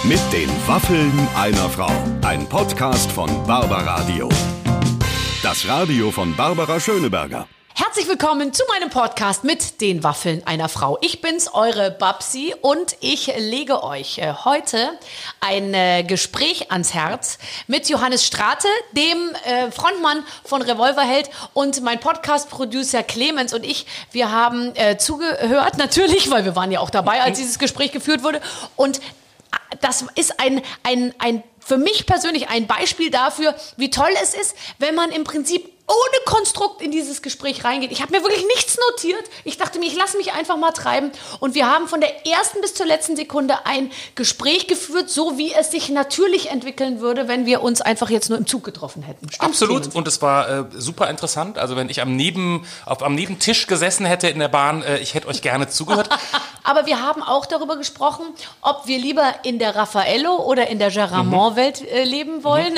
Mit den Waffeln einer Frau. Ein Podcast von Barbaradio. Das Radio von Barbara Schöneberger. Herzlich willkommen zu meinem Podcast mit den Waffeln einer Frau. Ich bin's, eure Babsi, und ich lege euch heute ein Gespräch ans Herz mit Johannes Strate, dem Frontmann von Revolverheld, und mein Podcast-Producer Clemens und ich. Wir haben zugehört, natürlich, weil wir waren ja auch dabei, als dieses Gespräch geführt wurde. Und das ist ein für mich persönlich ein Beispiel dafür, wie toll es ist, wenn man im Prinzip ohne Konstrukt in dieses Gespräch reingeht. Ich habe mir wirklich nichts notiert. Ich dachte mir, ich lasse mich einfach mal treiben. Und wir haben von der ersten bis zur letzten Sekunde ein Gespräch geführt, so wie es sich natürlich entwickeln würde, wenn wir uns einfach jetzt nur im Zug getroffen hätten. Stimmt's, Absolut. Clemens? Und es war super interessant. Also wenn ich am Nebentisch gesessen hätte in der Bahn, ich hätte euch gerne zugehört. Aber wir haben auch darüber gesprochen, ob wir lieber in der Raffaello oder in der Garamond-Welt leben wollen.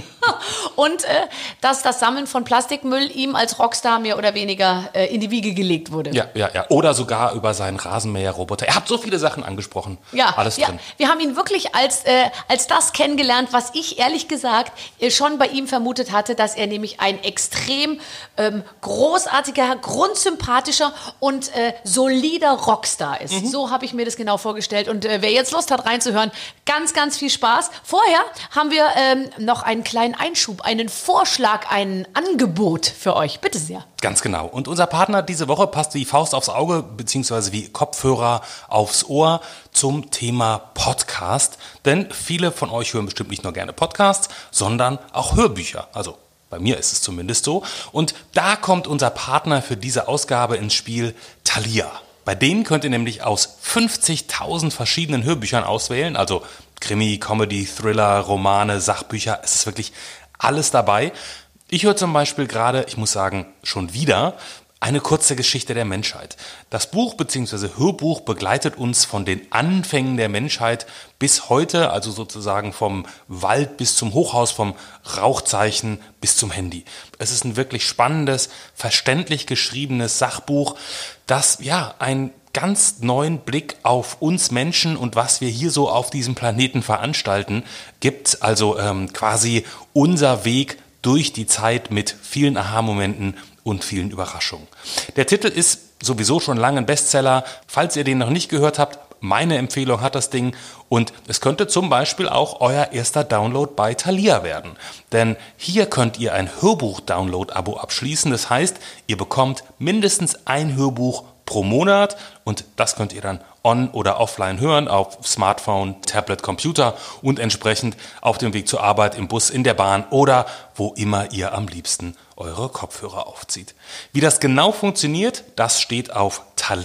Und dass das Sammeln von Plastikmüll ihm als Rockstar mehr oder weniger in die Wiege gelegt wurde. Ja. Oder sogar über seinen Rasenmäher-Roboter. Er hat so viele Sachen angesprochen. Ja, alles drin. Wir haben ihn wirklich als das kennengelernt, was ich ehrlich gesagt schon bei ihm vermutet hatte, dass er nämlich ein extrem großartiger, grundsympathischer und solider Rockstar ist. So habe ich mir das genau vorgestellt. Und wer jetzt Lust hat reinzuhören, ganz, ganz viel Spaß. Vorher haben wir noch einen kleinen Einschub, einen Vorschlag, ein Angebot für euch. Bitte sehr. Ganz genau. Und unser Partner diese Woche passt wie Faust aufs Auge, beziehungsweise wie Kopfhörer aufs Ohr zum Thema Podcast. Denn viele von euch hören bestimmt nicht nur gerne Podcasts, sondern auch Hörbücher. Also bei mir ist es zumindest so. Und da kommt unser Partner für diese Ausgabe ins Spiel, Thalia. Bei denen könnt ihr nämlich aus 50.000 verschiedenen Hörbüchern auswählen. Also Krimi, Comedy, Thriller, Romane, Sachbücher. Es ist wirklich alles dabei. Ich höre zum Beispiel gerade, ich muss sagen, schon wieder eine kurze Geschichte der Menschheit. Das Buch bzw. Hörbuch begleitet uns von den Anfängen der Menschheit bis heute, also sozusagen vom Wald bis zum Hochhaus, vom Rauchzeichen bis zum Handy. Es ist ein wirklich spannendes, verständlich geschriebenes Sachbuch, das einen ganz neuen Blick auf uns Menschen und was wir hier so auf diesem Planeten veranstalten gibt. Also quasi unser Weg durch die Zeit mit vielen Aha-Momenten und vielen Überraschungen. Der Titel ist sowieso schon lange ein Bestseller. Falls ihr den noch nicht gehört habt, meine Empfehlung hat das Ding. Und es könnte zum Beispiel auch euer erster Download bei Thalia werden. Denn hier könnt ihr ein Hörbuch-Download-Abo abschließen. Das heißt, ihr bekommt mindestens ein Hörbuch pro Monat und das könnt ihr dann on- oder offline hören, auf Smartphone, Tablet, Computer und entsprechend auf dem Weg zur Arbeit, im Bus, in der Bahn oder wo immer ihr am liebsten eure Kopfhörer aufzieht. Wie das genau funktioniert, das steht auf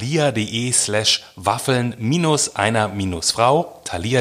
thalia.de/waffeln-einer-Frau,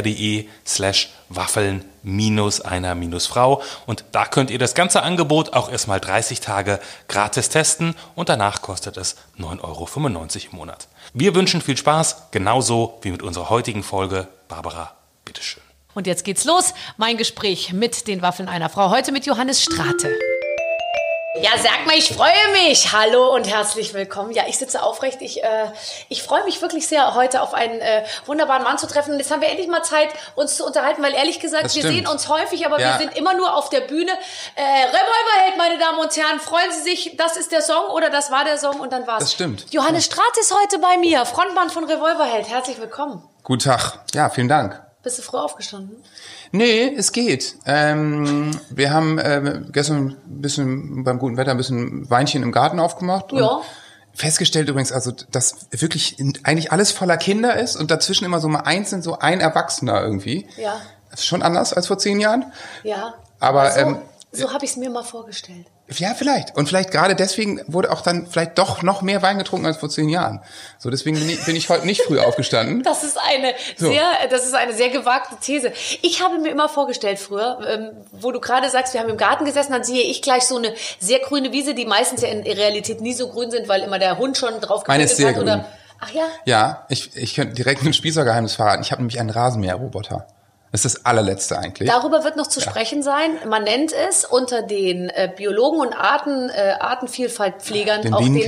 thalia.de/waffeln-einer-Frau, und da könnt ihr das ganze Angebot auch erstmal 30 Tage gratis testen und danach kostet es 9,95 € im Monat. Wir wünschen viel Spaß, genauso wie mit unserer heutigen Folge. Barbara, bitteschön. Und jetzt geht's los. Mein Gespräch mit den Waffeln einer Frau. Heute mit Johannes Strate. Ja, sag mal, ich freue mich. Hallo und herzlich willkommen. Ja, ich sitze aufrecht. Ich freue mich wirklich sehr, heute auf einen wunderbaren Mann zu treffen. Und jetzt haben wir endlich mal Zeit, uns zu unterhalten, weil ehrlich gesagt, wir sehen uns häufig, aber wir sind immer nur auf der Bühne. Revolverheld, meine Damen und Herren, freuen Sie sich, das ist der Song oder das war der Song und dann war's. Das stimmt. Johannes Strate ist heute bei mir, Frontmann von Revolverheld. Herzlich willkommen. Guten Tag. Ja, vielen Dank. Bist du früh aufgestanden? Nee, es geht. Wir haben gestern ein bisschen beim guten Wetter ein bisschen Weinchen im Garten aufgemacht. Und festgestellt übrigens, also dass wirklich eigentlich alles voller Kinder ist und dazwischen immer so mal einzeln so ein Erwachsener irgendwie. Ja. Das ist schon anders als vor 10 Jahren. Ja. Aber so habe ich es mir mal vorgestellt. Ja, vielleicht. Und vielleicht gerade deswegen wurde auch dann vielleicht doch noch mehr Wein getrunken als vor 10 Jahren. So, deswegen bin ich heute nicht früh aufgestanden. Das ist eine sehr gewagte These. Ich habe mir immer vorgestellt früher, wo du gerade sagst, wir haben im Garten gesessen, dann sehe ich gleich so eine sehr grüne Wiese, die meistens ja in Realität nie so grün sind, weil immer der Hund schon drauf Meine ist sehr hat. grün. Oder, ach ja? Ja, ich könnte direkt ein Spießergeheimnis verraten. Ich habe nämlich einen Rasenmäherroboter. Das ist das allerletzte eigentlich. Darüber wird noch zu sprechen sein. Man nennt es unter den Biologen und Artenvielfaltpflegern den auch Bienenkiller.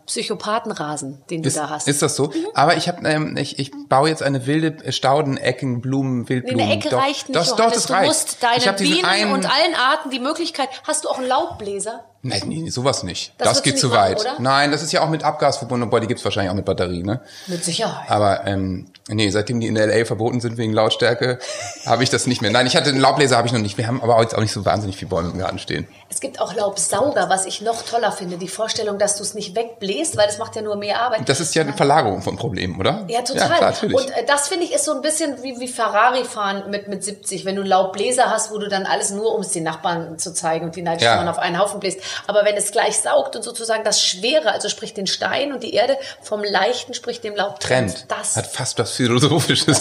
Psychopathenrasen, den du da hast. Ist das so? Aber ich baue jetzt eine wilde Staudenecken, Blumen, Wildblumen. Eine Ecke reicht nicht, Doch, das du reicht. musst deine Bienen und allen Arten die Möglichkeit... Hast du auch einen Laubbläser? Nein, nee, sowas nicht. Das Das geht würdest zu du nicht weit. machen, oder? Nein, das ist ja auch mit Abgas verbunden. Wobei, die gibt's wahrscheinlich auch mit Batterie, ne? Mit Sicherheit. Aber nee, seitdem die in L.A. verboten sind wegen Lautstärke, habe ich das nicht mehr. Nein, ich hatte einen Laubbläser, habe ich noch nicht. Wir haben aber jetzt auch nicht so wahnsinnig viele Bäume im Garten stehen. Es gibt auch Laubsauger, was ich noch toller finde. Die Vorstellung, dass du es nicht wegbläst, weil das macht ja nur mehr Arbeit. Das ist ja eine Verlagerung von Problemen, oder? Ja, total. Ja, klar, natürlich. Und das, finde ich, ist so ein bisschen wie Ferrari fahren mit 70. Wenn du einen Laubbläser hast, wo du dann alles nur, um es den Nachbarn zu zeigen und die Neidschnuren auf einen Haufen bläst. Aber wenn es gleich saugt und sozusagen das Schwere, also sprich den Stein und die Erde, vom Leichten, sprich dem Laub trennt. Das hat fast was Philosophisches.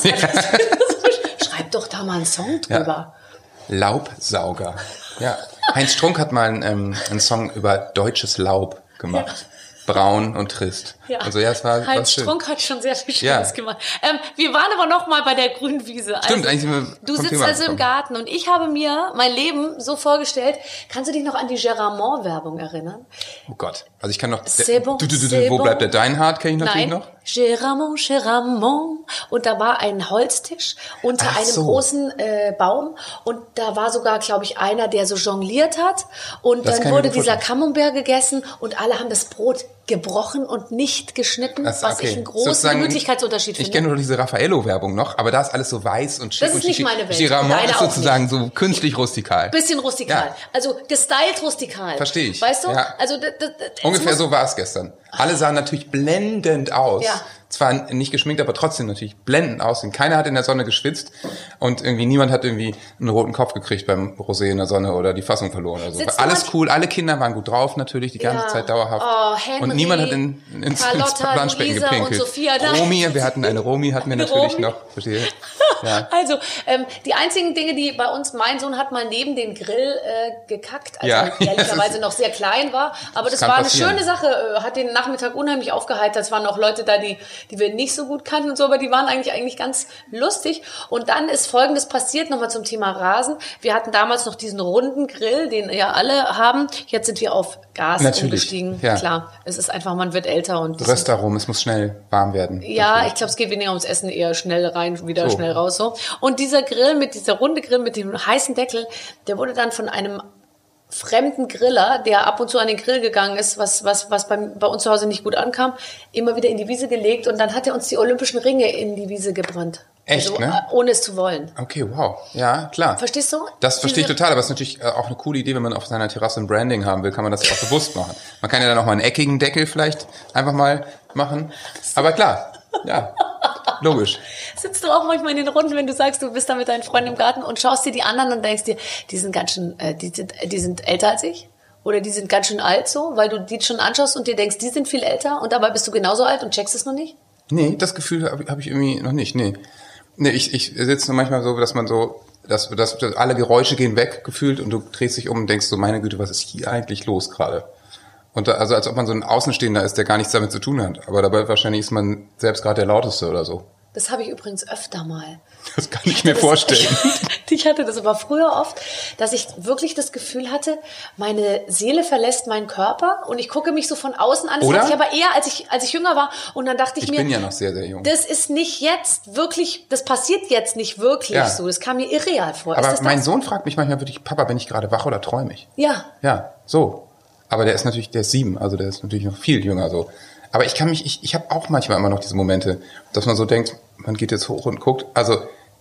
Schreib doch da mal einen Song drüber. Ja. Laubsauger. Ja. Heinz Strunk hat mal einen Song über deutsches Laub gemacht. Ja. Braun und trist. Ja. Also ja, es war Heinz schön. Strunk hat schon sehr viel Schönes gemacht. Wir waren aber noch mal bei der grünen Wiese. Stimmt, also, eigentlich sind wir du sitzt also im Garten und ich habe mir mein Leben so vorgestellt. Kannst du dich noch an die Geramont-Werbung erinnern? Oh Gott, also ich kann noch... C'est bon, wo bleibt der Deinhard, kenne ich natürlich noch. Geramont, Geramont. Und da war ein Holztisch unter einem großen Baum und da war sogar, glaube ich, einer, der so jongliert hat und dann wurde dieser Camembert gegessen und alle haben das Brot gebrochen und nicht geschnitten, was ich einen großen Gemütlichkeitsunterschied finde. Ich kenne nur diese Raffaello-Werbung noch, aber da ist alles so weiß und schick. Das ist nicht meine Welt. Geramont ist sozusagen so künstlich rustikal. Bisschen rustikal. Ja. Also gestylt rustikal. Verstehe ich. Weißt du? Ja. Also ungefähr so war es gestern. Alle sahen natürlich blendend aus. Ja. Zwar nicht geschminkt, aber trotzdem natürlich blendend aussehen. Keiner hat in der Sonne geschwitzt und irgendwie niemand hat irgendwie einen roten Kopf gekriegt beim Rosé in der Sonne oder die Fassung verloren oder so. Alles cool, alle Kinder waren gut drauf natürlich, die ganze Zeit dauerhaft. Oh, Henry, und niemand hat ins Planschbecken gepinkelt. Romy, wir hatten eine Romy, hatten wir natürlich Romy. noch. Verstehe. Ja. Also, die einzigen Dinge, die bei uns, mein Sohn hat mal neben den Grill gekackt, also ehrlicherweise noch sehr klein war, aber das war eine schöne Sache, hat den Nachmittag unheimlich aufgeheitert. Es waren auch Leute da, die wir nicht so gut kannten und so, aber die waren eigentlich ganz lustig. Und dann ist Folgendes passiert, nochmal zum Thema Rasen. Wir hatten damals noch diesen runden Grill, den ja alle haben. Jetzt sind wir auf Gas umgestiegen. Ja. Klar, es ist einfach, man wird älter. Und Röstarom, es muss schnell warm werden. Ja, ich glaube, es geht weniger ums Essen, eher schnell rein, wieder schnell raus. So. Und dieser runde Grill mit dem heißen Deckel, der wurde dann von einem fremden Griller, der ab und zu an den Grill gegangen ist, was bei uns zu Hause nicht gut ankam, immer wieder in die Wiese gelegt und dann hat er uns die Olympischen Ringe in die Wiese gebrannt. Echt, also, ne? Ohne es zu wollen. Okay, wow. Ja, klar. Verstehst du? Das verstehe ich total, aber es ist natürlich auch eine coole Idee, wenn man auf seiner Terrasse ein Branding haben will, kann man das auch bewusst machen. Man kann ja dann auch mal einen eckigen Deckel vielleicht einfach mal machen. Aber klar, ja. Logisch. Sitzt du auch manchmal in den Runden, wenn du sagst, du bist da mit deinen Freunden im Garten und schaust dir die anderen und denkst dir, die sind ganz schön, die sind älter als ich? Oder die sind ganz schön alt so, weil du die schon anschaust und dir denkst, die sind viel älter und dabei bist du genauso alt und checkst es noch nicht? Nee, das Gefühl hab ich irgendwie noch nicht, nee. Nee, ich sitze nur manchmal so, dass man so, dass alle Geräusche gehen weg, gefühlt, und du drehst dich um und denkst so, meine Güte, was ist hier eigentlich los gerade? Und also als ob man so ein Außenstehender ist, der gar nichts damit zu tun hat. Aber dabei wahrscheinlich ist man selbst gerade der Lauteste oder so. Das habe ich übrigens öfter mal. Das kann ich mir vorstellen. Ich hatte das aber früher oft, dass ich wirklich das Gefühl hatte, meine Seele verlässt meinen Körper und ich gucke mich so von außen an. Das hatte ich aber eher, als ich jünger war. Und dann dachte ich mir, ich bin ja noch sehr, sehr jung. Das ist nicht jetzt wirklich, das passiert jetzt nicht wirklich so. Das kam mir irreal vor. Aber mein Sohn fragt mich manchmal wirklich, Papa, bin ich gerade wach oder träume ich? Ja. Ja, so. Aber der ist 7, also der ist natürlich noch viel jünger so. Aber ich habe auch manchmal immer noch diese Momente, dass man so denkt, man geht jetzt hoch und guckt, also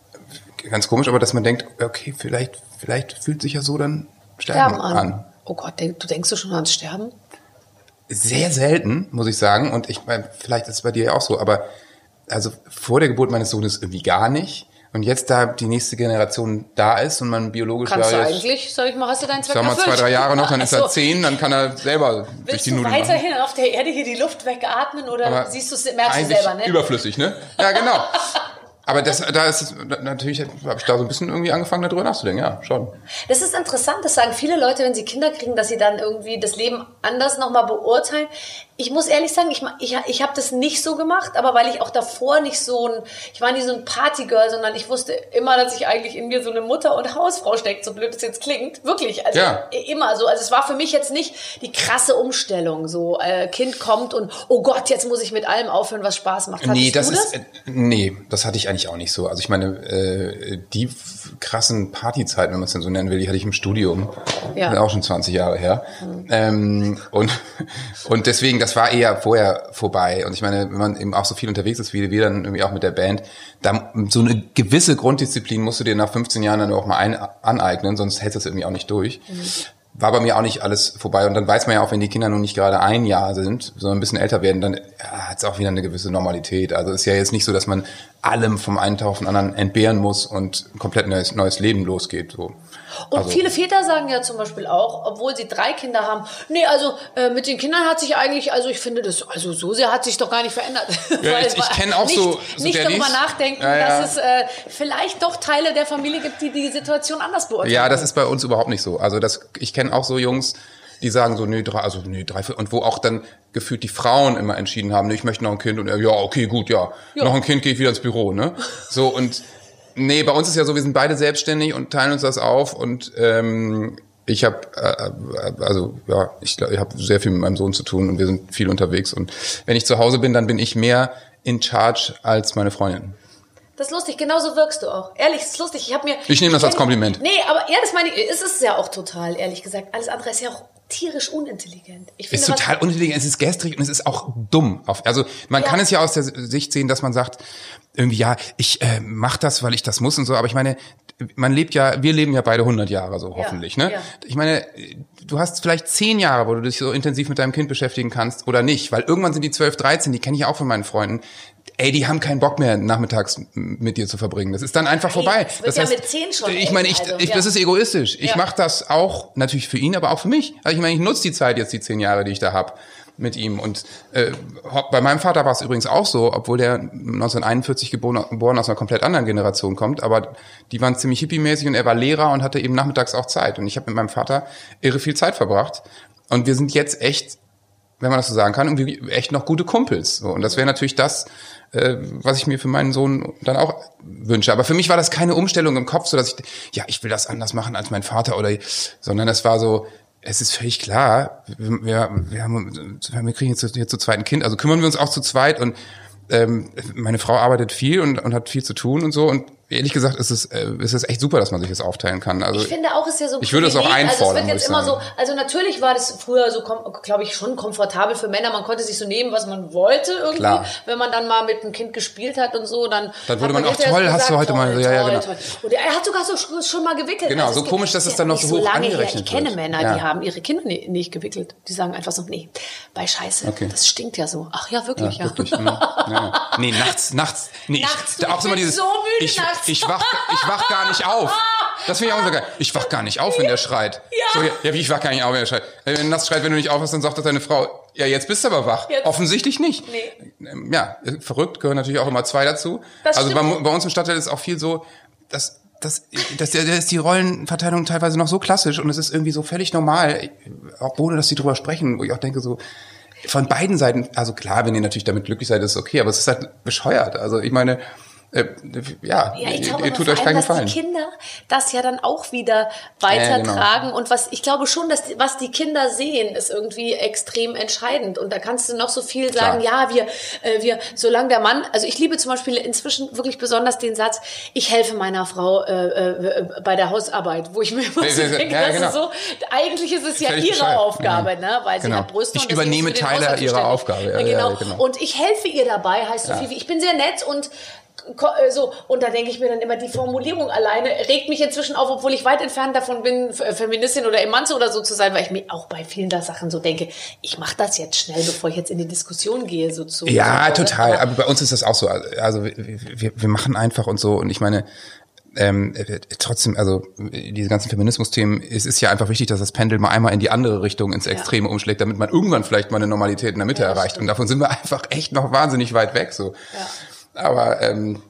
ganz komisch, aber dass man denkt, okay, vielleicht fühlt sich ja so dann Sterben an. Oh Gott, du denkst schon ans Sterben? Sehr selten, muss ich sagen, und ich meine, vielleicht ist es bei dir ja auch so, aber also vor der Geburt meines Sohnes irgendwie gar nicht. Und jetzt, da die nächste Generation da ist und man biologisch... Kannst du eigentlich, sag ich mal, hast du deinen Zweck erfüllt? Sag mal 2-3 Jahre noch, dann ist er 10, dann kann er selber durch die Nudeln Willst du weiterhin auf der Erde hier die Luft wegatmen oder merkst du selber, ne? Überflüssig, ne? Ja, genau. Aber natürlich habe ich da so ein bisschen irgendwie angefangen, darüber nachzudenken, ja, schon. Das ist interessant, das sagen viele Leute, wenn sie Kinder kriegen, dass sie dann irgendwie das Leben anders nochmal beurteilen. Ich muss ehrlich sagen, ich habe das nicht so gemacht, aber weil ich auch davor ich war nie so ein Partygirl, sondern ich wusste immer, dass ich eigentlich in mir so eine Mutter- und Hausfrau steckt, so blöd es jetzt klingt. Wirklich, also immer so. Also es war für mich jetzt nicht die krasse Umstellung, so Kind kommt und oh Gott, jetzt muss ich mit allem aufhören, was Spaß macht. Nee, das hatte ich eigentlich auch nicht so. Also ich meine, die krassen Partyzeiten, wenn man es denn so nennen will, die hatte ich im Studium. Ja. Das ist auch schon 20 Jahre her. Und deswegen, das war eher vorher vorbei. Und ich meine, wenn man eben auch so viel unterwegs ist, wie wir dann irgendwie auch mit der Band, da so eine gewisse Grunddisziplin musst du dir nach 15 Jahren dann auch mal aneignen, sonst hältst du das irgendwie auch nicht durch. War bei mir auch nicht alles vorbei. Und dann weiß man ja auch, wenn die Kinder nun nicht gerade 1 Jahr sind, sondern ein bisschen älter werden, dann hat es auch wieder eine gewisse Normalität. Also ist ja jetzt nicht so, dass man allem vom einen Tag auf den anderen entbehren muss und ein komplett neues Leben losgeht. So. Und viele Väter sagen ja zum Beispiel auch, obwohl sie 3 Kinder haben, nee, also mit den Kindern hat sich eigentlich, also ich finde das, also so sehr hat sich doch gar nicht verändert. Ja, ich kenne auch nicht darüber nachdenken, dass es vielleicht doch Teile der Familie gibt, die Situation anders beurteilen. Ja, das ist bei uns überhaupt nicht so. Also ich kenne auch so Jungs, die sagen so, nee, 3, und wo auch dann gefühlt die Frauen immer entschieden haben, nee, ich möchte noch ein Kind und ja, okay, gut, ja. Noch ein Kind, gehe ich wieder ins Büro, ne? So und nee, bei uns ist ja so, wir sind beide selbstständig und teilen uns das auf und ich habe ich habe sehr viel mit meinem Sohn zu tun und wir sind viel unterwegs und wenn ich zu Hause bin, dann bin ich mehr in charge als meine Freundin. Das ist lustig, genauso wirkst du auch. Ehrlich, das ist lustig. Ich nehme das als Kompliment. Nee, aber ja, das meine ich, ist es ja auch total, ehrlich gesagt. Alles andere ist ja auch tierisch unintelligent. Ich finde, ist total unintelligent, es ist gestrig und es ist auch dumm. Also man kann es ja aus der Sicht sehen, dass man sagt, irgendwie, ja, ich mache das, weil ich das muss und so, aber ich meine, wir leben ja beide 100 Jahre so, hoffentlich, ne? Ja. Ich meine, du hast vielleicht 10 Jahre, wo du dich so intensiv mit deinem Kind beschäftigen kannst oder nicht, weil irgendwann sind die 12, 13, die kenne ich auch von meinen Freunden, die haben keinen Bock mehr, nachmittags mit dir zu verbringen. Das ist dann einfach vorbei. Das heißt, mit 10 schon. Ich meine, das ist egoistisch. Ich mache das auch natürlich für ihn, aber auch für mich. Also ich meine, ich nutze die Zeit jetzt, die 10 Jahre, die ich da habe mit ihm. Und bei meinem Vater war es übrigens auch so, obwohl der 1941 geboren aus einer komplett anderen Generation kommt, aber die waren ziemlich hippiemäßig und er war Lehrer und hatte eben nachmittags auch Zeit. Und ich habe mit meinem Vater irre viel Zeit verbracht. Und wir sind jetzt echt, wenn man das so sagen kann, irgendwie echt noch gute Kumpels. So. Und das wäre natürlich das, was ich mir für meinen Sohn dann auch wünsche. Aber für mich war das keine Umstellung im Kopf, so dass ich will das anders machen als mein Vater sondern es war so, es ist völlig klar, wir kriegen jetzt zu zweit ein Kind, also kümmern wir uns auch zu zweit und meine Frau arbeitet viel und hat viel zu tun und so und ehrlich gesagt ist es echt super, dass man sich das aufteilen kann. Also ich finde auch, ist ja so. Ich würde es auch einfordern. Also es wird jetzt immer so. Also natürlich war das früher so, glaube ich, schon komfortabel für Männer. Man konnte sich so nehmen, was man wollte irgendwie. Klar. Wenn man dann mal mit einem Kind gespielt hat und so, dann wurde man auch toll. Hast du heute mal? Ja, genau. Toll. Und er hat sogar so schon mal gewickelt. Genau, also so komisch, dass es dann noch so hoch angerechnet wird. Ich kenne Männer, die haben ihre Kinder nicht gewickelt. Die sagen einfach so, nee, bei Scheiße. Okay. Das stinkt ja so. Ach ja, wirklich, ja. Wirklich, ja. Nee, nachts. Nee, nachts. Auch so mal dieses. So müde nachts. Ich wach gar nicht auf. Das finde ich auch so geil. Ich wach gar nicht auf, wenn der schreit. Ja. So, ja, wie ich wach gar nicht auf, wenn der schreit. Wenn er nachts schreit, wenn du nicht aufhast, dann sagt doch deine Frau, ja, jetzt bist du aber wach. Jetzt. Offensichtlich nicht. Nee. Ja, verrückt, gehören natürlich auch immer 2 dazu. Das also bei uns im Stadtteil ist auch viel so, dass ist die Rollenverteilung teilweise noch so klassisch und es ist irgendwie so völlig normal, auch ohne, dass die drüber sprechen, wo ich auch denke so, von beiden Seiten, also klar, wenn ihr natürlich damit glücklich seid, ist es okay, aber es ist halt bescheuert. Also ich meine, ich glaube, ihr tut euch keinen Gefallen. Dass die Kinder das ja dann auch wieder weitertragen. Genau. Und ich glaube schon, dass was die Kinder sehen, ist irgendwie extrem entscheidend. Und da kannst du noch so viel sagen, klar. Ja, wir, solange der Mann, also ich liebe zum Beispiel inzwischen wirklich besonders den Satz, ich helfe meiner Frau bei der Hausarbeit, wo ich mir immer so denke, genau. So, eigentlich ist es ja ihre Aufgabe, ne? Weil sie hat Brüste. Ich übernehme Teile ihrer Aufgabe. Ja, genau. Und ich helfe ihr dabei, heißt so viel wie, ich bin sehr nett und so, und da denke ich mir dann immer, die Formulierung alleine regt mich inzwischen auf, obwohl ich weit entfernt davon bin, Feministin oder Emanze oder so zu sein, weil ich mir auch bei vielen Sachen so denke, ich mache das jetzt schnell, bevor ich jetzt in die Diskussion gehe. Ja, total, aber bei uns ist das auch so, also wir machen einfach und so und ich meine, trotzdem, also diese ganzen Feminismus-Themen, es ist ja einfach wichtig, dass das Pendel mal einmal in die andere Richtung, ins Extreme umschlägt, damit man irgendwann vielleicht mal eine Normalität in der Mitte erreicht. Und davon sind wir einfach echt noch wahnsinnig weit weg. So. Ja. Aber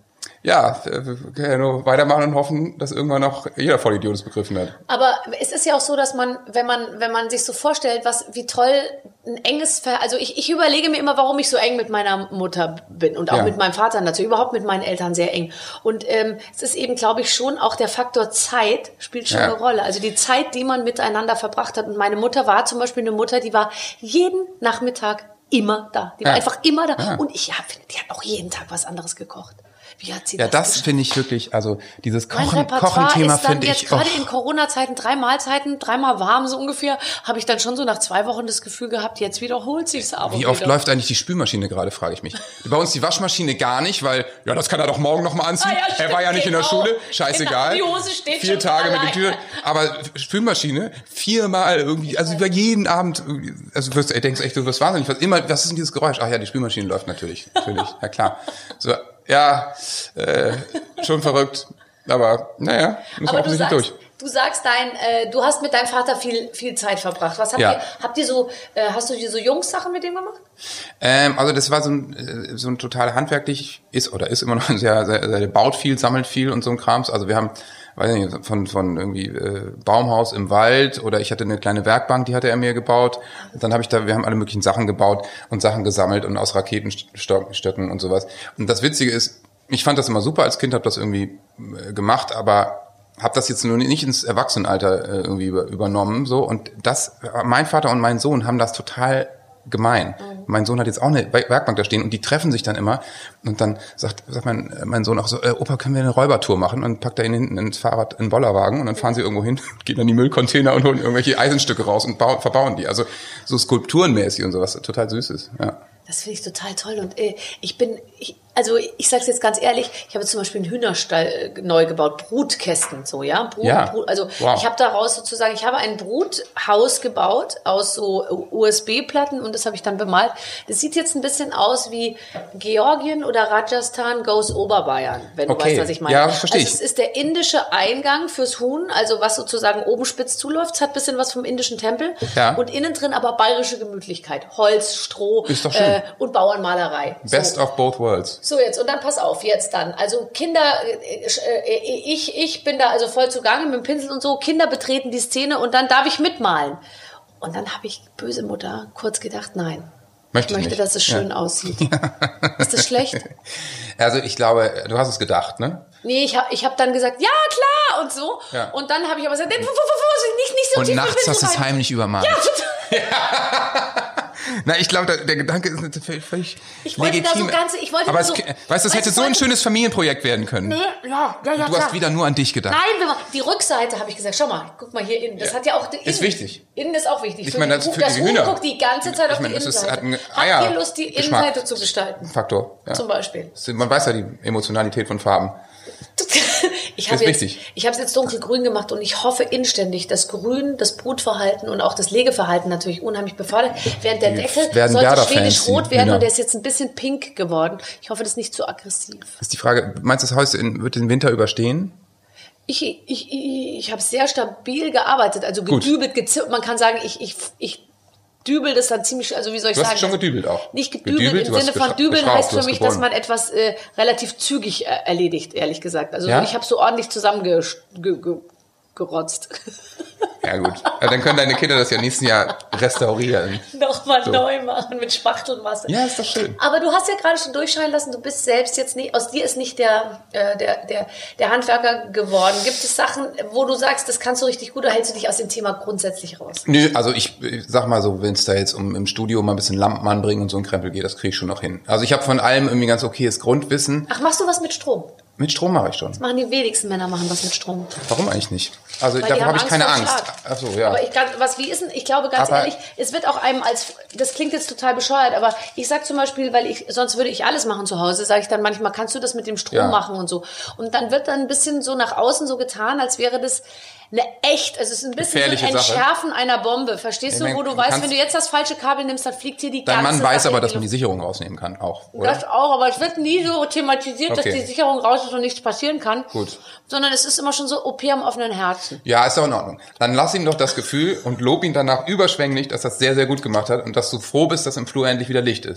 ja, wir können ja nur weitermachen und hoffen, dass irgendwann noch jeder Vollidiot es begriffen hat. Aber es ist ja auch so, dass man, wenn man sich so vorstellt, wie toll ein enges also ich überlege mir immer, warum ich so eng mit meiner Mutter bin und auch mit meinem Vater natürlich, überhaupt mit meinen Eltern sehr eng. Und es ist eben, glaube ich, schon auch der Faktor Zeit spielt schon eine Rolle. Also die Zeit, die man miteinander verbracht hat. Und meine Mutter war zum Beispiel eine Mutter, die war jeden Nachmittag immer da. Die war einfach immer da. Ja. Und die hat auch jeden Tag was anderes gekocht. Wie hat sie das finde ich wirklich, also dieses Kochen-Thema finde ich. Gerade in Corona-Zeiten 3 Mahlzeiten, 3-mal warm so ungefähr, habe ich dann schon so nach 2 Wochen das Gefühl gehabt, jetzt wiederholt sich's aber. Wie oft läuft eigentlich die Spülmaschine gerade, frage ich mich. Bei uns die Waschmaschine gar nicht, weil, das kann er doch morgen noch mal anziehen. Er war ja nicht in der Schule, scheißegal. Genau. Die Hose steht 4 Tage mit den Türen. Aber Spülmaschine, 4-mal irgendwie, also über jeden Abend, also du denkst echt, du wirst wahnsinnig. Was ist denn dieses Geräusch? Ach ja, die Spülmaschine läuft natürlich, ja klar. So. Ja, schon verrückt, aber naja, müssen wir offensichtlich durch. Du sagst du hast mit deinem Vater viel Zeit verbracht. Was hast du dir so Jungs-Sachen mit dem gemacht? Also das war so ein total handwerklich, ist immer noch ein der baut viel, sammelt viel und so ein Krams. Also wir haben, weiß nicht, von irgendwie Baumhaus im Wald oder ich hatte eine kleine Werkbank, die hatte er mir gebaut. Und dann wir haben alle möglichen Sachen gebaut und Sachen gesammelt und aus Raketenstöcken und sowas. Und das Witzige ist, ich fand das immer super als Kind, habe das irgendwie gemacht, aber habe das jetzt nur nicht ins Erwachsenenalter irgendwie übernommen. So. Und mein Vater und mein Sohn haben das total gemein. Mein Sohn hat jetzt auch eine Werkbank da stehen und die treffen sich dann immer und dann sagt mein Sohn auch so, Opa, können wir eine Räubertour machen? Und packt er ihn hinten ins Fahrrad in den Bollerwagen und dann fahren sie irgendwo hin, gehen dann die Müllcontainer und holen irgendwelche Eisenstücke raus und verbauen die. Also so skulpturenmäßig und sowas, total Süßes. Ja. Das finde ich total toll und ich sag's jetzt ganz ehrlich, ich habe zum Beispiel einen Hühnerstall neu gebaut, Brutkästen, so, ja. Ich habe daraus sozusagen, ich habe ein Bruthaus gebaut aus so USB-Platten und das habe ich dann bemalt. Das sieht jetzt ein bisschen aus wie Georgien oder Rajasthan goes Oberbayern, wenn du weißt, was ich meine. Ja, verstehe ich. Also es ist der indische Eingang fürs Huhn, also was sozusagen oben spitz zuläuft, es hat ein bisschen was vom indischen Tempel und innen drin aber bayerische Gemütlichkeit, Holz, Stroh und Bauernmalerei. Best of both worlds. So, jetzt, und dann pass auf, jetzt dann. Also Kinder, ich bin da also voll zugange mit dem Pinsel und so, Kinder betreten die Szene und dann darf ich mitmalen. Und dann habe ich, böse Mutter, kurz gedacht, nein. Ich möchte, dass es schön aussieht. Ist das schlecht? Also ich glaube, du hast es gedacht, ne? Nee, ich hab dann gesagt, ja, klar, und so. Ja. Und dann habe ich aber gesagt, nicht so tief. Und nachts hast du es heimlich übermalt. Ja, Na, ich glaube, der Gedanke ist völlig ich wollte legitim. Aber weißt du, das hätte so ein schönes Familienprojekt werden können. Nee, ja, du hast wieder nur an dich gedacht. Nein, die Rückseite habe ich gesagt, schau mal, guck mal hier innen. Das hat ja auch ist wichtig. Innen ist auch wichtig. Ich meine, das für die Huhn guckt die ganze Zeit auf die Innenseite. Habt ihr Lust, die Innenseite zu gestalten? Faktor. Ja. Zum Beispiel. Man weiß ja die Emotionalität von Farben. Ich habe es jetzt dunkelgrün gemacht und ich hoffe inständig, dass Grün das Brutverhalten und auch das Legeverhalten natürlich unheimlich befördert. Während der Deckel sollte schwedisch-rot werden und der ist jetzt ein bisschen pink geworden. Ich hoffe, das ist nicht zu aggressiv. Ist die Frage, meinst du, das Haus wird den Winter überstehen? Ich habe sehr stabil gearbeitet, also gedübelt, man kann sagen, ich dübel das dann ziemlich, also wie soll ich sagen? Du hast schon gedübelt auch. Nicht gedübelt, im Sinne von dübeln heißt für mich, dass man etwas relativ zügig erledigt, ehrlich gesagt. Also ich habe so ordentlich zusammengerotzt. Ja gut, dann können deine Kinder das ja nächstes Jahr restaurieren. Nochmal neu machen mit Spachtelmasse. Ja, ist doch schön. Aber du hast ja gerade schon durchscheinen lassen, du bist selbst jetzt nicht, aus dir ist nicht der Handwerker geworden. Gibt es Sachen, wo du sagst, das kannst du richtig gut, oder hältst du dich aus dem Thema grundsätzlich raus? Nö, also ich sag mal so, wenn es da jetzt im Studio mal ein bisschen Lampen anbringen und so ein Krempel geht, das kriege ich schon noch hin. Also ich habe von allem irgendwie ganz okayes Grundwissen. Ach, machst du was mit Strom? Mit Strom mache ich schon. Das machen die wenigsten Männer, machen was mit Strom. Warum eigentlich nicht? Also dafür habe ich keine Angst. Ach so, ja. Aber ich glaube ganz ehrlich, es wird auch einem das klingt jetzt total bescheuert, aber ich sag zum Beispiel, sonst würde ich alles machen zu Hause, sage ich dann manchmal, kannst du das mit dem Strom machen und so. Und dann wird dann ein bisschen so nach außen so getan, als wäre das also es ist ein bisschen so ein Entschärfen einer Bombe, verstehst du, wo du weißt, wenn du jetzt das falsche Kabel nimmst, dann fliegt hier die ganze Sache. Dein Mann weiß aber, dass man die Sicherung rausnehmen kann, auch, oder? Das auch, aber es wird nie so thematisiert, dass die Sicherung raus ist und nichts passieren kann. Gut. Sondern es ist immer schon so OP am offenen Herzen. Ja, ist doch in Ordnung. Dann lass ihm doch das Gefühl und lob ihn danach überschwänglich, dass das sehr, sehr gut gemacht hat und dass du froh bist, dass im Flur endlich wieder Licht ist.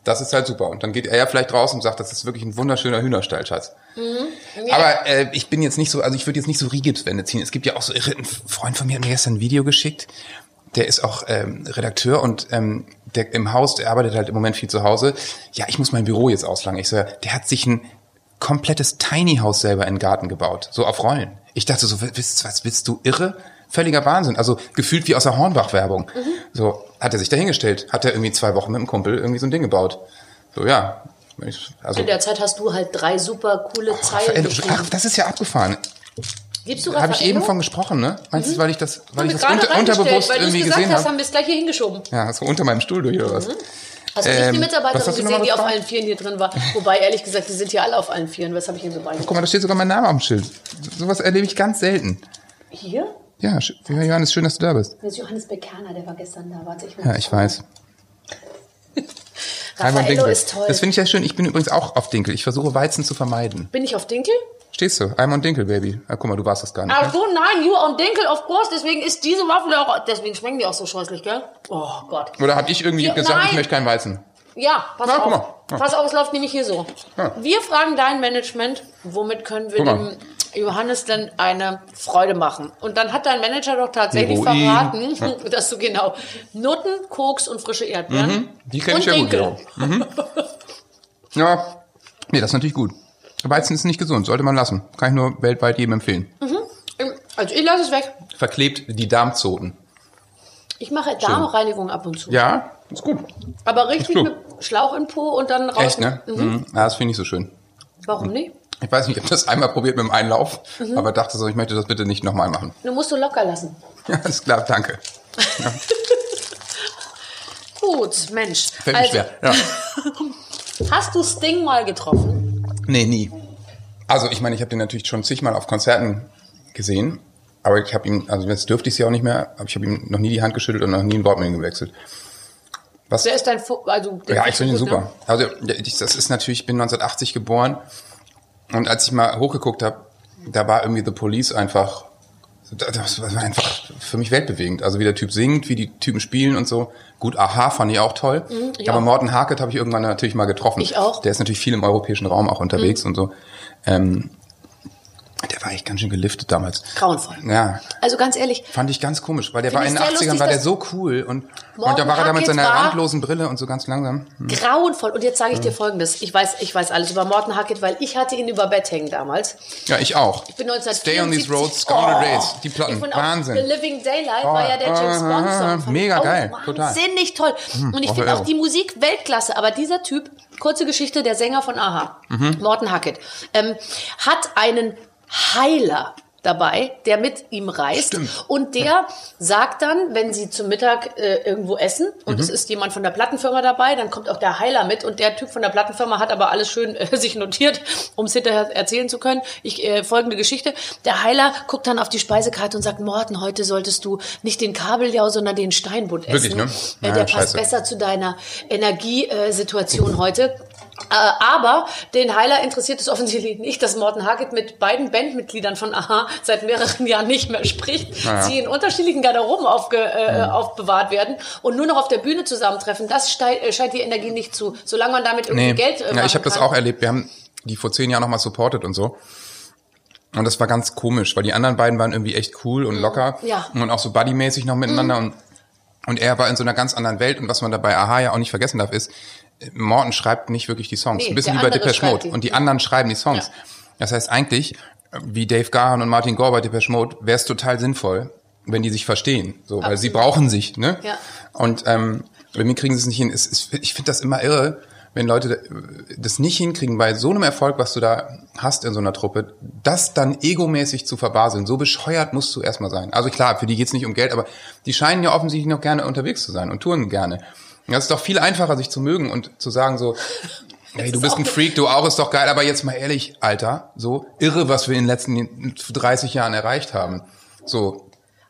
Das ist halt super. Und dann geht er ja vielleicht raus und sagt, das ist wirklich ein wunderschöner Hühnerstall, Schatz. Ja. Aber ich bin jetzt nicht so, also ich würde jetzt nicht so Rigipswände ziehen. Es gibt ja auch so irre, ein Freund von mir hat mir gestern ein Video geschickt. Der ist auch Redakteur und der im Haus, der arbeitet halt im Moment viel zu Hause. Ja, ich muss mein Büro jetzt auslangen. Ich so, der hat sich ein komplettes Tiny House selber in den Garten gebaut, so auf Rollen. Ich dachte so, was bist du irre? Völliger Wahnsinn. Also gefühlt wie aus der Hornbach-Werbung. So hat er sich da hingestellt, hat er irgendwie 2 Wochen mit einem Kumpel irgendwie so ein Ding gebaut. So, ja. Also, in der Zeit hast du halt 3 super coole Zeilen geschrieben. Ach, das ist ja abgefahren. Liebst du Raffaello? Habe ich eben von gesprochen, ne? Meinst du, weil ich das gerade unterbewusst weil irgendwie gesagt gesehen hast, habe? haben wir es gleich hier hingeschoben. Ja, so unter meinem Stuhl durch oder was? Hast du nicht die Mitarbeiterin was hast du gesehen, die auf gefragt? allen Vieren hier drin war? Wobei, ehrlich gesagt, die sind hier alle auf allen Vieren. Was habe ich Ihnen so beigebracht? Guck mal, da steht sogar mein Name am Schild. Sowas erlebe ich ganz selten. Hier? Ja, Johannes, schön, dass du da bist. Das ist Johannes Bekerner, der war gestern da. Warte, Ja, ich weiß. Raffaello ist toll. Das finde ich ja schön. Ich bin übrigens auch auf Dinkel. Ich versuche Weizen zu vermeiden. Bin ich auf Dinkel? Stehst du? I'm on Dinkel, Baby. Ah, guck mal, du warst das gar nicht. Ach so, nein, you on Dinkel, of course. Deswegen ist diese Waffel auch... Deswegen schmecken die auch so scheußlich, gell? Oh Gott. Oder hab ich irgendwie gesagt, nein. ich möchte keinen Weizen? Ja, pass Na, auf. guck mal. Ja. Pass auf, es läuft nämlich hier so. Ja. Wir fragen dein Management, womit können wir Guck mal. dem Johannes denn eine Freude machen? Und dann hat dein Manager doch tatsächlich Heroin. verraten, dass du genau Nutten, Koks und frische Erdbeeren Die kenne ich und ja gut. Dinkel. Ja. Ja. Nee, das ist natürlich gut. Weizen ist nicht gesund, sollte man lassen. Kann ich nur weltweit jedem empfehlen. Also ich lasse es weg. Verklebt die Darmzoten. Ich mache Darmreinigung ab und zu. Ja, ist gut. Aber richtig klug. mit Schlauch im Po und dann raus. Echt, ne? Ja, das finde ich so schön. Warum nicht? Ich weiß nicht, ich habe das einmal probiert mit dem Einlauf, aber dachte so, ich möchte das bitte nicht nochmal machen. Du musst du locker lassen. Ja, alles klar, danke. Gut, Mensch. Fällt mir schwer. Ja. Hast du Sting mal getroffen? Nee, nie. Also ich meine, ich habe den natürlich schon zigmal auf Konzerten gesehen, aber ich habe ihm, also jetzt dürfte ich es ja auch nicht mehr, aber ich habe ihm noch nie die Hand geschüttelt und noch nie ein Wort mit ihm gewechselt. Was? Der ist dein... Ja, ich finde ihn gut, super. ne? Also das ist natürlich, ich bin 1980 geboren und als ich mal hochgeguckt habe, da war irgendwie The Police einfach, das war einfach für mich weltbewegend. Also wie der Typ singt, wie die Typen spielen und so. Gut, Aha fand ich auch toll. ich Aber auch. Morten Harket habe ich irgendwann natürlich mal getroffen. Ich auch. Der ist natürlich viel im europäischen Raum auch unterwegs und so. Der war echt ganz schön geliftet damals. Grauenvoll. Ja, Also ganz ehrlich, fand ich ganz komisch, weil der Find war in den ich sehr 80ern, lustig, war der dass so cool und Morten da war er da mit Harket seiner war- randlosen Brille und so ganz langsam. grauenvoll. Und jetzt sage ich dir Folgendes. Ich weiß alles über Morten Harket, weil ich hatte ihn über Bett hängen damals. Ja, ich auch. Ich bin 1974... Stay on these roads, Scoundrel Days. Die Platten, Ich finde auch Wahnsinn. The Living Daylight war ja der James Bond Song. Fand mega ich auch geil, total. Wahnsinnig toll. Und ich finde Raffaello. auch die Musik Weltklasse. Aber dieser Typ, kurze Geschichte, der Sänger von Aha, Morten Harket, hat einen Heiler dabei, der mit ihm reist. Stimmt. Und der sagt dann, wenn sie zum Mittag irgendwo essen und es ist jemand von der Plattenfirma dabei, dann kommt auch der Heiler mit und der Typ von der Plattenfirma hat aber alles schön sich notiert, um es hinterher erzählen zu können. Folgende Geschichte. Der Heiler guckt dann auf die Speisekarte und sagt, Morten, heute solltest du nicht den Kabeljau, sondern den Steinbutt essen. Wirklich, ne? Ja, Der passt scheiße. besser zu deiner Energiesituation heute. Aber den Heiler interessiert es offensichtlich nicht, dass Morten Harket mit beiden Bandmitgliedern von Aha seit mehreren Jahren nicht mehr spricht. Ja. Sie in unterschiedlichen Garderoben aufbewahrt werden und nur noch auf der Bühne zusammentreffen. Das scheint die Energie nicht zu. Solange man damit irgendwie Geld machen ja, ich habe das kann. auch erlebt. Wir haben die vor 10 Jahren nochmal supportet und so. Und das war ganz komisch, weil die anderen beiden waren irgendwie echt cool und locker. Ja. Und auch so buddymäßig noch miteinander. Und er war in so einer ganz anderen Welt. Und was man dabei Aha ja auch nicht vergessen darf, ist, Morten schreibt nicht wirklich die Songs. Nee, Ein bisschen der wie bei andere Depeche schreibt Mode. die. Und die anderen schreiben die Songs. Ja. Das heißt eigentlich, wie Dave Gahan und Martin Gore bei Depeche Mode, wäre es total sinnvoll, wenn die sich verstehen. So, weil sie brauchen sich, ne? Ja. Und bei mir kriegen sie es nicht hin. Ich finde das immer irre, wenn Leute das nicht hinkriegen, bei so einem Erfolg, was du da hast in so einer Truppe, das dann egomäßig zu verbaseln. So bescheuert musst du erstmal sein. Also klar, für die geht's nicht um Geld, aber die scheinen ja offensichtlich noch gerne unterwegs zu sein und touren gerne. Das ist doch viel einfacher, sich zu mögen und zu sagen so, hey, du bist ein Freak, du auch, ist doch geil, aber jetzt mal ehrlich, Alter, so irre, was wir in den letzten 30 Jahren erreicht haben. So.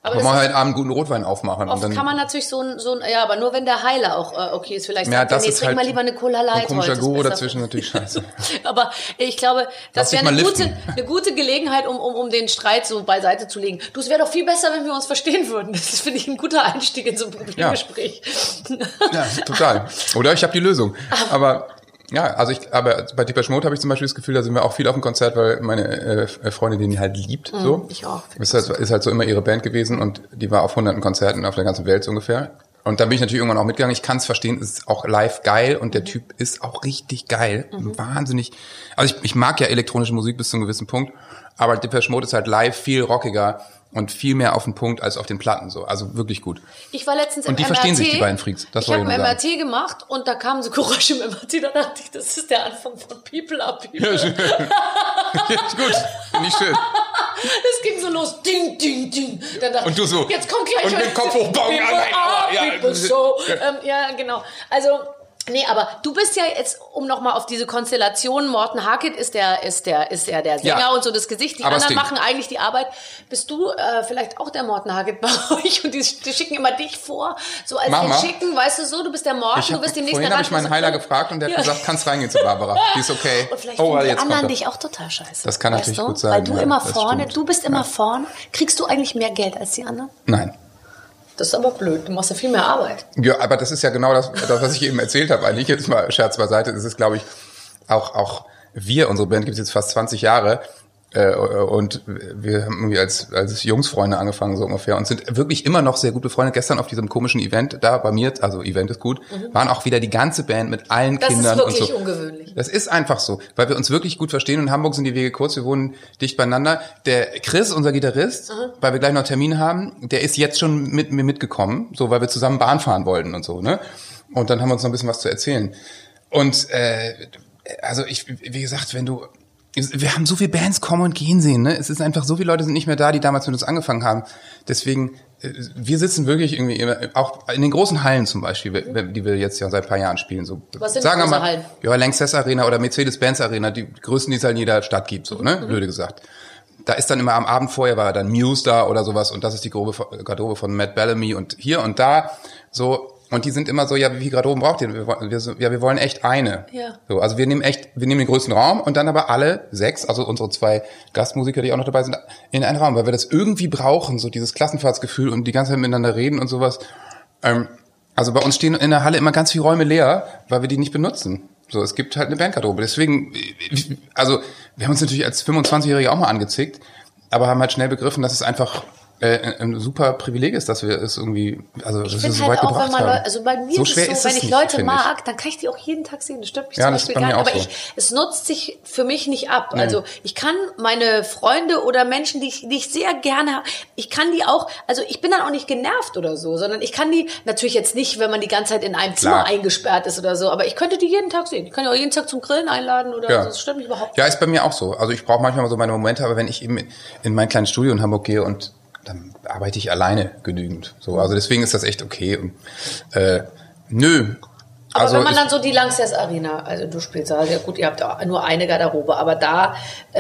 Aber man halt abends guten Rotwein aufmachen. Oft kann man natürlich so ein, ja, aber nur wenn der Heiler auch okay ist. Vielleicht sagt das trink mal lieber eine Cola Light. Ein komischer Guru dazwischen natürlich scheiße. Aber ich glaube, das wäre eine gute Gelegenheit, um den Streit so beiseite zu legen. Du, es wäre doch viel besser, wenn wir uns verstehen würden. Das finde ich ein guter Einstieg in so ein Problemgespräch. Ja, total. Oder ich habe die Lösung. Aber ja, aber bei Depeche Mode habe ich zum Beispiel das Gefühl, da sind wir auch viel auf dem Konzert, weil meine Freundin die halt liebt. So. Ich auch. Ist halt so immer ihre Band gewesen und die war auf hunderten Konzerten auf der ganzen Welt so ungefähr. Und dann bin ich natürlich irgendwann auch mitgegangen. Ich kann es verstehen, es ist auch live geil und der Typ ist auch richtig geil. Wahnsinnig. Also ich mag ja elektronische Musik bis zu einem gewissen Punkt, aber Depeche Mode ist halt live viel rockiger und viel mehr auf den Punkt als auf den Platten so. Also wirklich gut. Ich war letztens und die im MRT. Verstehen sich, die beiden Freaks. Ich habe ein MRT gemacht und da kamen so Geräusche im MRT. Da dachte ich, das ist der Anfang von People Up People. Ja, schön. Ja, gut, nicht schön. Das ging so los. Ding, ding, ding. Dann dachte und du so. Jetzt kommt gleich und den Kopf hochbauen. Ja, genau. Also... Nee, aber du bist ja jetzt, um nochmal auf diese Konstellation, Morten Harket ist der Sänger und so das Gesicht, die anderen machen eigentlich die Arbeit. Bist du vielleicht auch der Morten Harket bei euch und die schicken immer dich vor, so als den schicken, weißt du so, du bist der Morten, du bist demnächst der Vorhin habe ich meinen Heiler gefragt und der hat gesagt, kannst reingehen zu Barbara, die ist okay. Und vielleicht finden die anderen dich auch total scheiße. Das kann natürlich gut sein. Weil du immer vorne, du bist immer vorne. Kriegst du eigentlich mehr Geld als die anderen? Nein. Das ist aber blöd, du machst ja viel mehr Arbeit. Ja, aber das ist ja genau das was ich eben erzählt habe. Eigentlich jetzt mal Scherz beiseite. Das ist, glaube ich, auch unsere Band gibt es jetzt fast 20 Jahre und wir haben irgendwie als Jungsfreunde angefangen so ungefähr und sind wirklich immer noch sehr gut befreundet. Gestern auf diesem komischen Event da bei mir, also Event ist gut, waren auch wieder die ganze Band mit allen Kindern und so. Das ist wirklich ungewöhnlich. Das ist einfach so, weil wir uns wirklich gut verstehen. In Hamburg sind die Wege kurz, wir wohnen dicht beieinander. Der Chris, unser Gitarrist, weil wir gleich noch einen Termin haben, der ist jetzt schon mit mir mitgekommen, so weil wir zusammen Bahn fahren wollten und so, ne? Und dann haben wir uns noch ein bisschen was zu erzählen. Und wie gesagt, wir haben so viele Bands kommen und gehen sehen, ne? Es ist einfach, so viele Leute sind nicht mehr da, die damals mit uns angefangen haben. Deswegen, wir sitzen wirklich irgendwie immer, auch in den großen Hallen zum Beispiel, die wir jetzt ja seit ein paar Jahren spielen. So, was sind sagen große Hallen? Ja, Lanxess Arena oder Mercedes-Benz Arena, die größten, die es halt in jeder Stadt gibt, so, ne? Blöde gesagt. Da ist dann immer am Abend vorher war dann Muse da oder sowas und das ist die Garderobe von Matt Bellamy und hier und da, so. Und die sind immer so, ja, wie viel Garderoben braucht ihr? Wir wollen echt eine. Ja. So, also wir nehmen den größten Raum und dann aber alle 6, also unsere 2 Gastmusiker, die auch noch dabei sind, in einen Raum, weil wir das irgendwie brauchen, so dieses Klassenfahrtsgefühl und die ganze Zeit miteinander reden und sowas. Also bei uns stehen in der Halle immer ganz viele Räume leer, weil wir die nicht benutzen. So, es gibt halt eine Bandgarderobe. Deswegen, also wir haben uns natürlich als 25-Jährige auch mal angezickt, aber haben halt schnell begriffen, dass es einfach ein super Privileg ist, dass wir es irgendwie, also dass wir es so weit gebracht haben. Also bei mir so ist schwer es so, wenn ich Leute mag, dann kann ich die auch jeden Tag sehen. Das stört mich zum Beispiel gar nicht. Aber es nutzt sich für mich nicht ab. Nee. Also ich kann meine Freunde oder Menschen, die ich sehr gerne habe, ich kann die auch, also ich bin dann auch nicht genervt oder so, sondern ich kann die natürlich jetzt nicht, wenn man die ganze Zeit in einem Zimmer eingesperrt ist oder so, aber ich könnte die jeden Tag sehen. Ich kann die auch jeden Tag zum Grillen einladen oder so. Das stört mich überhaupt nicht. Ja, ist bei mir auch so. Also ich brauche manchmal so meine Momente, aber wenn ich eben in mein kleines Studio in Hamburg gehe und dann arbeite ich alleine genügend. So, also deswegen ist das echt okay. Und, nö. Aber also wenn man dann so die Lanxess Arena, also du spielst da, ja gut, ihr habt auch nur eine Garderobe, aber da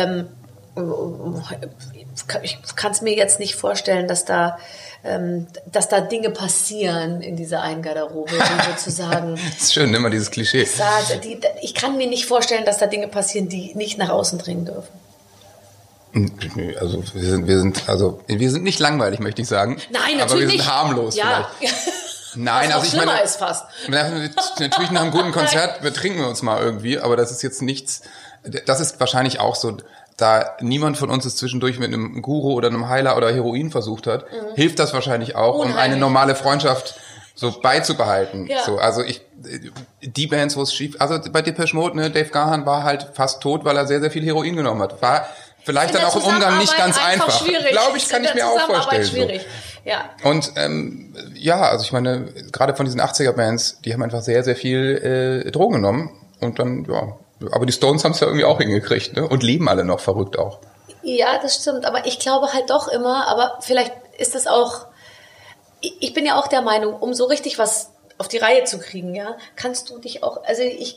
ich kann es mir jetzt nicht vorstellen, dass da Dinge passieren in dieser einen Garderobe, sozusagen. Das ist schön, immer dieses Klischee. Ich kann mir nicht vorstellen, dass da Dinge passieren, die nicht nach außen dringen dürfen. Also wir sind nicht langweilig, möchte ich sagen. Nein, natürlich aber wir sind nicht. harmlos ja. vielleicht. Nein, was also ich meine, ist fast. Natürlich nach einem guten Konzert betrinken wir uns mal irgendwie, aber das ist jetzt nichts. Das ist wahrscheinlich auch so, da niemand von uns es zwischendurch mit einem Guru oder einem Heiler oder Heroin versucht hat, hilft das wahrscheinlich auch, um eine normale Freundschaft so beizubehalten. Ja. So, also die Bands, wo es schief, also bei Depeche Mode, ne, Dave Gahan war halt fast tot, weil er sehr, sehr viel Heroin genommen hat. War vielleicht dann auch im Umgang nicht ganz einfach. Glaube ich, kann ich mir auch vorstellen. Schwierig. So. Ja. Und also ich meine, gerade von diesen 80er-Bands, die haben einfach sehr, sehr viel Drogen genommen und dann, ja, aber die Stones haben es ja irgendwie auch hingekriegt, ne? Und leben alle noch verrückt auch. Ja, das stimmt, aber ich glaube halt doch immer, aber vielleicht ist das auch, ich bin ja auch der Meinung, um so richtig was auf die Reihe zu kriegen, ja, kannst du dich auch, also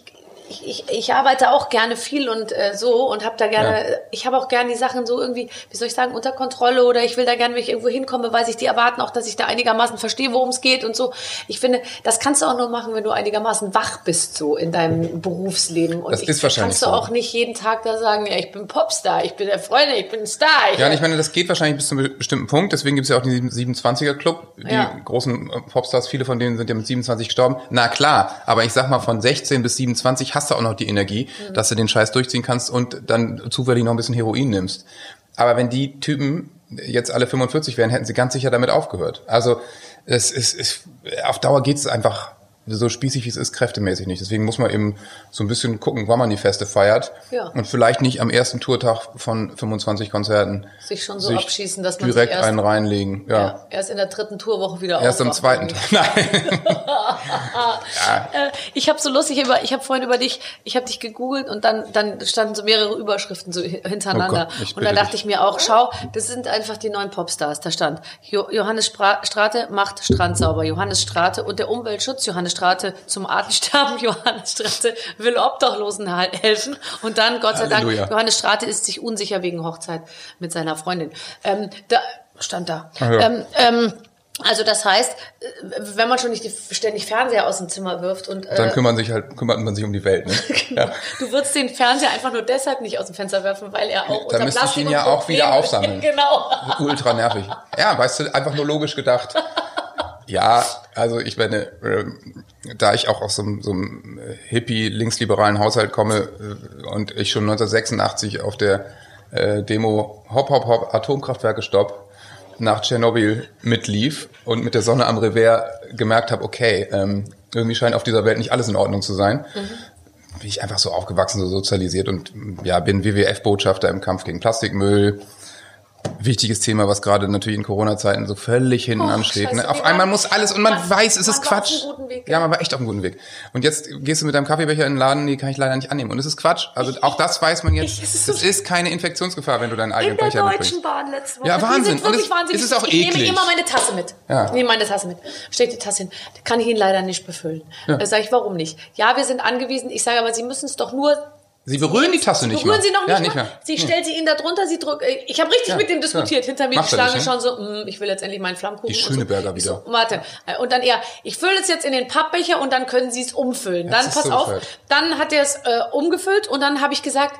ich arbeite auch gerne viel und so und habe da gerne, ich habe auch gerne die Sachen so irgendwie, wie soll ich sagen, unter Kontrolle oder ich will da gerne, wenn ich irgendwo hinkomme, weiß ich, die erwarten auch, dass ich da einigermaßen verstehe, worum es geht und so. Ich finde, das kannst du auch nur machen, wenn du einigermaßen wach bist so in deinem Berufsleben. Und das ist wahrscheinlich kannst du auch nicht jeden Tag da sagen, ja, ich bin Popstar, ich bin der Freund, ich bin ein Star. Ja, und ich meine, das geht wahrscheinlich bis zu einem bestimmten Punkt, deswegen gibt es ja auch den 27er-Club, die großen Popstars, viele von denen sind ja mit 27 gestorben. Na klar, aber ich sag mal, von 16 bis 27 hast du auch noch die Energie, dass du den Scheiß durchziehen kannst und dann zufällig noch ein bisschen Heroin nimmst. Aber wenn die Typen jetzt alle 45 wären, hätten sie ganz sicher damit aufgehört. Also es ist auf Dauer geht es einfach so spießig wie es ist, kräftemäßig nicht. Deswegen muss man eben so ein bisschen gucken, wann man die Feste feiert. Ja. Und vielleicht nicht am ersten Tourtag von 25 Konzerten sich schon so abschießen, dass man direkt einen reinlegen. Ja. Erst in der 3. Tourwoche wieder erst am 2. Tag. Nein. Ich habe so lustig, ich habe vorhin ich habe dich gegoogelt und dann standen so mehrere Überschriften so hintereinander. Oh Gott, und da dachte ich mir auch, schau, das sind einfach die neuen Popstars. Da stand, Johannes Strate macht Strand sauber. Johannes Strate und der Umweltschutz. Johannes Strate zum Artensterben. Johannes Strate will Obdachlosen helfen. Und dann, Gott sei Dank, Johannes Strate ist sich unsicher wegen Hochzeit mit seiner Freundin. Da stand da. Also das heißt, wenn man schon nicht ständig Fernseher aus dem Zimmer wirft und dann kümmert man sich um die Welt. Ne? Genau. Ja. Du würdest den Fernseher einfach nur deshalb nicht aus dem Fenster werfen, weil er auch unter Plastik. Dann müsste ich ihn ja auch wieder aufsammeln. Genau. Ultra nervig. Ja, weißt du, einfach nur logisch gedacht. Ja, also ich meine, da ich auch aus so einem hippie-linksliberalen Haushalt komme und ich schon 1986 auf der Demo Hop, Hop, Hop, Atomkraftwerke stopp nach Tschernobyl mitlief und mit der Sonne am Revers gemerkt habe, okay, irgendwie scheint auf dieser Welt nicht alles in Ordnung zu sein. Bin ich einfach so aufgewachsen, so sozialisiert und ja, bin WWF-Botschafter im Kampf gegen Plastikmüll. Wichtiges Thema, was gerade natürlich in Corona-Zeiten so völlig hinten ansteht. Ne? Auf einmal muss alles und man weiß, es ist Quatsch. Ja, man war echt auf einem guten Weg. Und jetzt gehst du mit deinem Kaffeebecher in den Laden, die kann ich leider nicht annehmen. Und es ist Quatsch. Also auch das weiß man jetzt. Es ist keine Infektionsgefahr, wenn du deinen eigenen Becher mitbringst. In der Deutschen Bahn letzte Woche. Ja, Wahnsinn. Und es ist auch eklig. Ich nehme immer meine Tasse mit. Ja. Ich nehme meine Tasse mit. Steck die Tasse hin. Kann ich Ihnen leider nicht befüllen. Ja. Sag ich, warum nicht? Ja, wir sind angewiesen. Ich sage aber, Sie müssen es doch nur... Sie berühren die Tasse nicht mehr. Berühren Sie noch nicht mehr? Sie stellt sie Ihnen da drunter, sie drückt. Ich habe richtig mit dem diskutiert. Hinter mir die Schlange schon so, ich will jetzt endlich meinen Flammkuchen. Die Schöneberger wieder. So, warte. Und dann ich fülle es jetzt in den Pappbecher und dann können Sie es umfüllen. Dann pass auf. Dann hat er es umgefüllt und dann habe ich gesagt,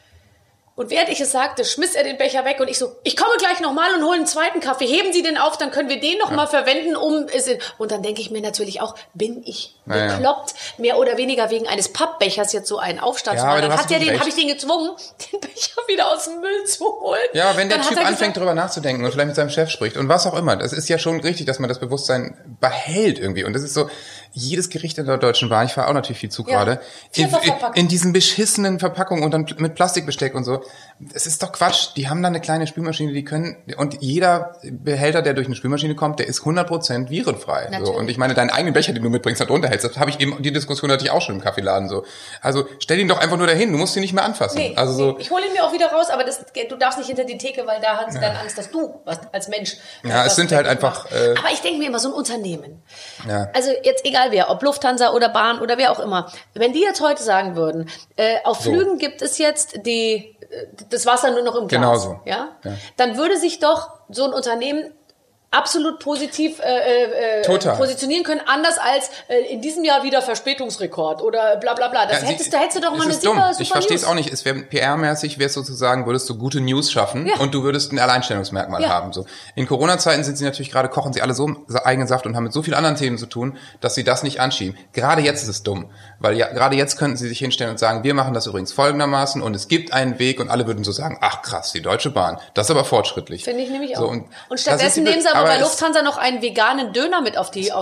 und während ich es sagte, schmiss er den Becher weg und ich so, ich komme gleich nochmal und hole einen zweiten Kaffee. Heben Sie den auf, dann können wir den nochmal verwenden, und dann denke ich mir natürlich auch, bin ich bekloppt, mehr oder weniger wegen eines Pappbechers jetzt so einen Aufstand zu machen. Dann habe ich den gezwungen, den Becher wieder aus dem Müll zu holen. Ja, aber wenn der Typ anfängt, drüber nachzudenken und vielleicht mit seinem Chef spricht und was auch immer, das ist ja schon richtig, dass man das Bewusstsein behält irgendwie. Und das ist so, jedes Gericht in der Deutschen Bahn, ich fahre auch natürlich viel zu gerade, in diesen beschissenen Verpackungen und dann mit Plastikbesteck und so. Es ist doch Quatsch. Die haben da eine kleine Spülmaschine, und jeder Behälter, der durch eine Spülmaschine kommt, der ist 100% virenfrei. So. Und ich meine, deinen eigenen Becher, den du mitbringst, da drunter hältst, das habe ich eben, die Diskussion hatte ich auch schon im Kaffeeladen so. Also stell ihn doch einfach nur dahin, du musst ihn nicht mehr anfassen. Nee, also so. Ich hole ihn mir auch wieder raus, aber du darfst nicht hinter die Theke, weil da hast du dann Angst, dass du als Mensch... Ja, es sind halt einfach... aber ich denke mir immer, so ein Unternehmen, also jetzt egal wer, ob Lufthansa oder Bahn oder wer auch immer, wenn die jetzt heute sagen würden, auf Flügen gibt es jetzt das Wasser nur noch im Glas. Genauso. Ja? Dann würde sich doch so ein Unternehmen absolut positiv positionieren können, anders als in diesem Jahr wieder Verspätungsrekord oder bla bla bla. Da hättest du doch mal eine super Ich verstehe es auch nicht. Es wäre PR-mäßig, wäre sozusagen, würdest du gute News schaffen und du würdest ein Alleinstellungsmerkmal haben. So. In Corona-Zeiten sind sie natürlich gerade, kochen sie alle so eigenen Saft und haben mit so vielen anderen Themen zu tun, dass sie das nicht anschieben. Gerade jetzt ist es dumm, weil gerade jetzt könnten sie sich hinstellen und sagen, wir machen das übrigens folgendermaßen und es gibt einen Weg und alle würden so sagen, ach krass, die Deutsche Bahn, das ist aber fortschrittlich. Finde ich nämlich auch. So, und stattdessen nehmen sie aber bei Lufthansa noch einen veganen Döner mit auf die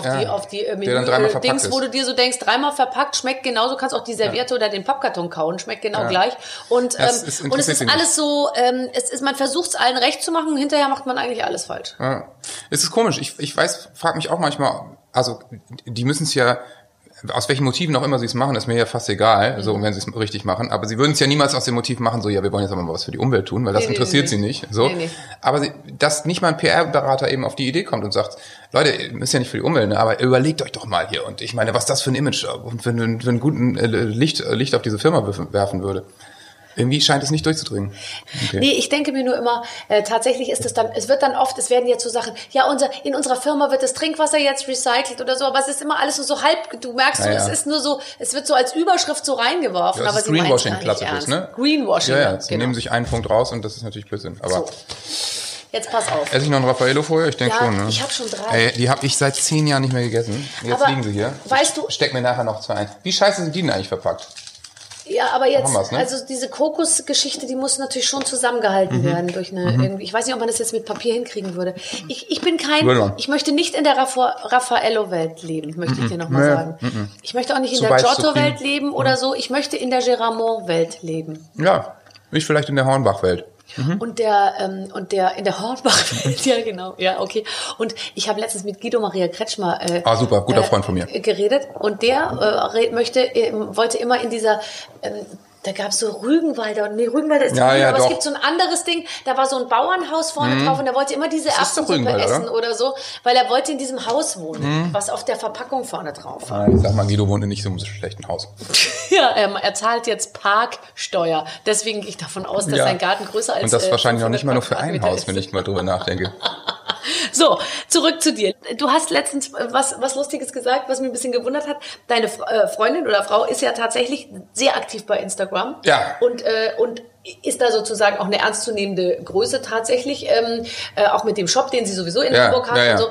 Dings, wo du dir so denkst, 3-mal verpackt, schmeckt genauso, kannst auch die Serviette oder den Pappkarton kauen, schmeckt genau gleich. Und es ist alles so, man versucht es allen recht zu machen, hinterher macht man eigentlich alles falsch. Ja. Es ist komisch, ich frage mich auch manchmal, also die müssen es ja aus welchen Motiven auch immer sie es machen, ist mir ja fast egal, so wenn sie es richtig machen. Aber sie würden es ja niemals aus dem Motiv machen, so, ja, wir wollen jetzt aber mal was für die Umwelt tun, weil das interessiert sie nicht. So. Aber dass nicht mal ein PR-Berater eben auf die Idee kommt und sagt, Leute, ihr müsst ja nicht für die Umwelt, ne, aber überlegt euch doch mal hier. Und ich meine, was das für ein Image und für einen guten Licht auf diese Firma werfen würde. Irgendwie scheint es nicht durchzudringen. Okay. Nee, ich denke mir nur immer, tatsächlich ist es dann, es werden jetzt so Sachen, ja, in unserer Firma wird das Trinkwasser jetzt recycelt oder so, aber es ist immer alles so halb, du merkst so, es ist nur so, es wird so als Überschrift so reingeworfen, ja, aber ist sie meint es gar nicht Greenwashing, ernst. ne? Greenwashing, ja, sie nehmen sich einen Punkt raus und das ist natürlich Blödsinn. Aber so. Jetzt pass auf. Esse ich noch ein Raffaello vorher? Ich denke schon, ne? Ich habe schon 3. Ey, die habe ich seit 10 Jahren nicht mehr gegessen. Jetzt liegen sie hier. Weißt du, steck mir nachher noch 2 ein. Wie scheiße sind die denn eigentlich verpackt? Ja, aber jetzt, ne? also diese Kokosgeschichte, die muss natürlich schon zusammengehalten werden durch irgendwie, ich weiß nicht, ob man das jetzt mit Papier hinkriegen würde. Ich möchte nicht in der Raffaello-Welt leben, möchte ich dir nochmal sagen. Ich möchte auch nicht in der Giotto-Welt leben oder so, ich möchte in der Geramont-Welt leben. Ja, ich vielleicht in der Hornbach-Welt. Und in der Hornbach-Welt, ja genau, ja okay. Und ich habe letztens mit Guido Maria Kretschmer super, guter Freund von mir geredet und der wollte immer in dieser da gab es so Rügenwalder ist aber es gibt so ein anderes Ding, da war so ein Bauernhaus vorne drauf und er wollte immer diese Erbsensuppe essen oder so, weil er wollte in diesem Haus wohnen, was auf der Verpackung vorne drauf war. Ich sag mal, Guido wohnt in nicht so einem schlechten Haus. Ja, er zahlt jetzt Parksteuer, deswegen gehe ich davon aus, dass sein Garten größer als und das wahrscheinlich noch nicht mal nur für ein Haus, wenn ich mal drüber nachdenke. So, zurück zu dir. Du hast letztens was Lustiges gesagt, was mich ein bisschen gewundert hat. Deine Freundin oder Frau ist ja tatsächlich sehr aktiv bei Instagram. Ja. Und ist da sozusagen auch eine ernstzunehmende Größe tatsächlich, auch mit dem Shop, den sie sowieso in Hamburg hat und so.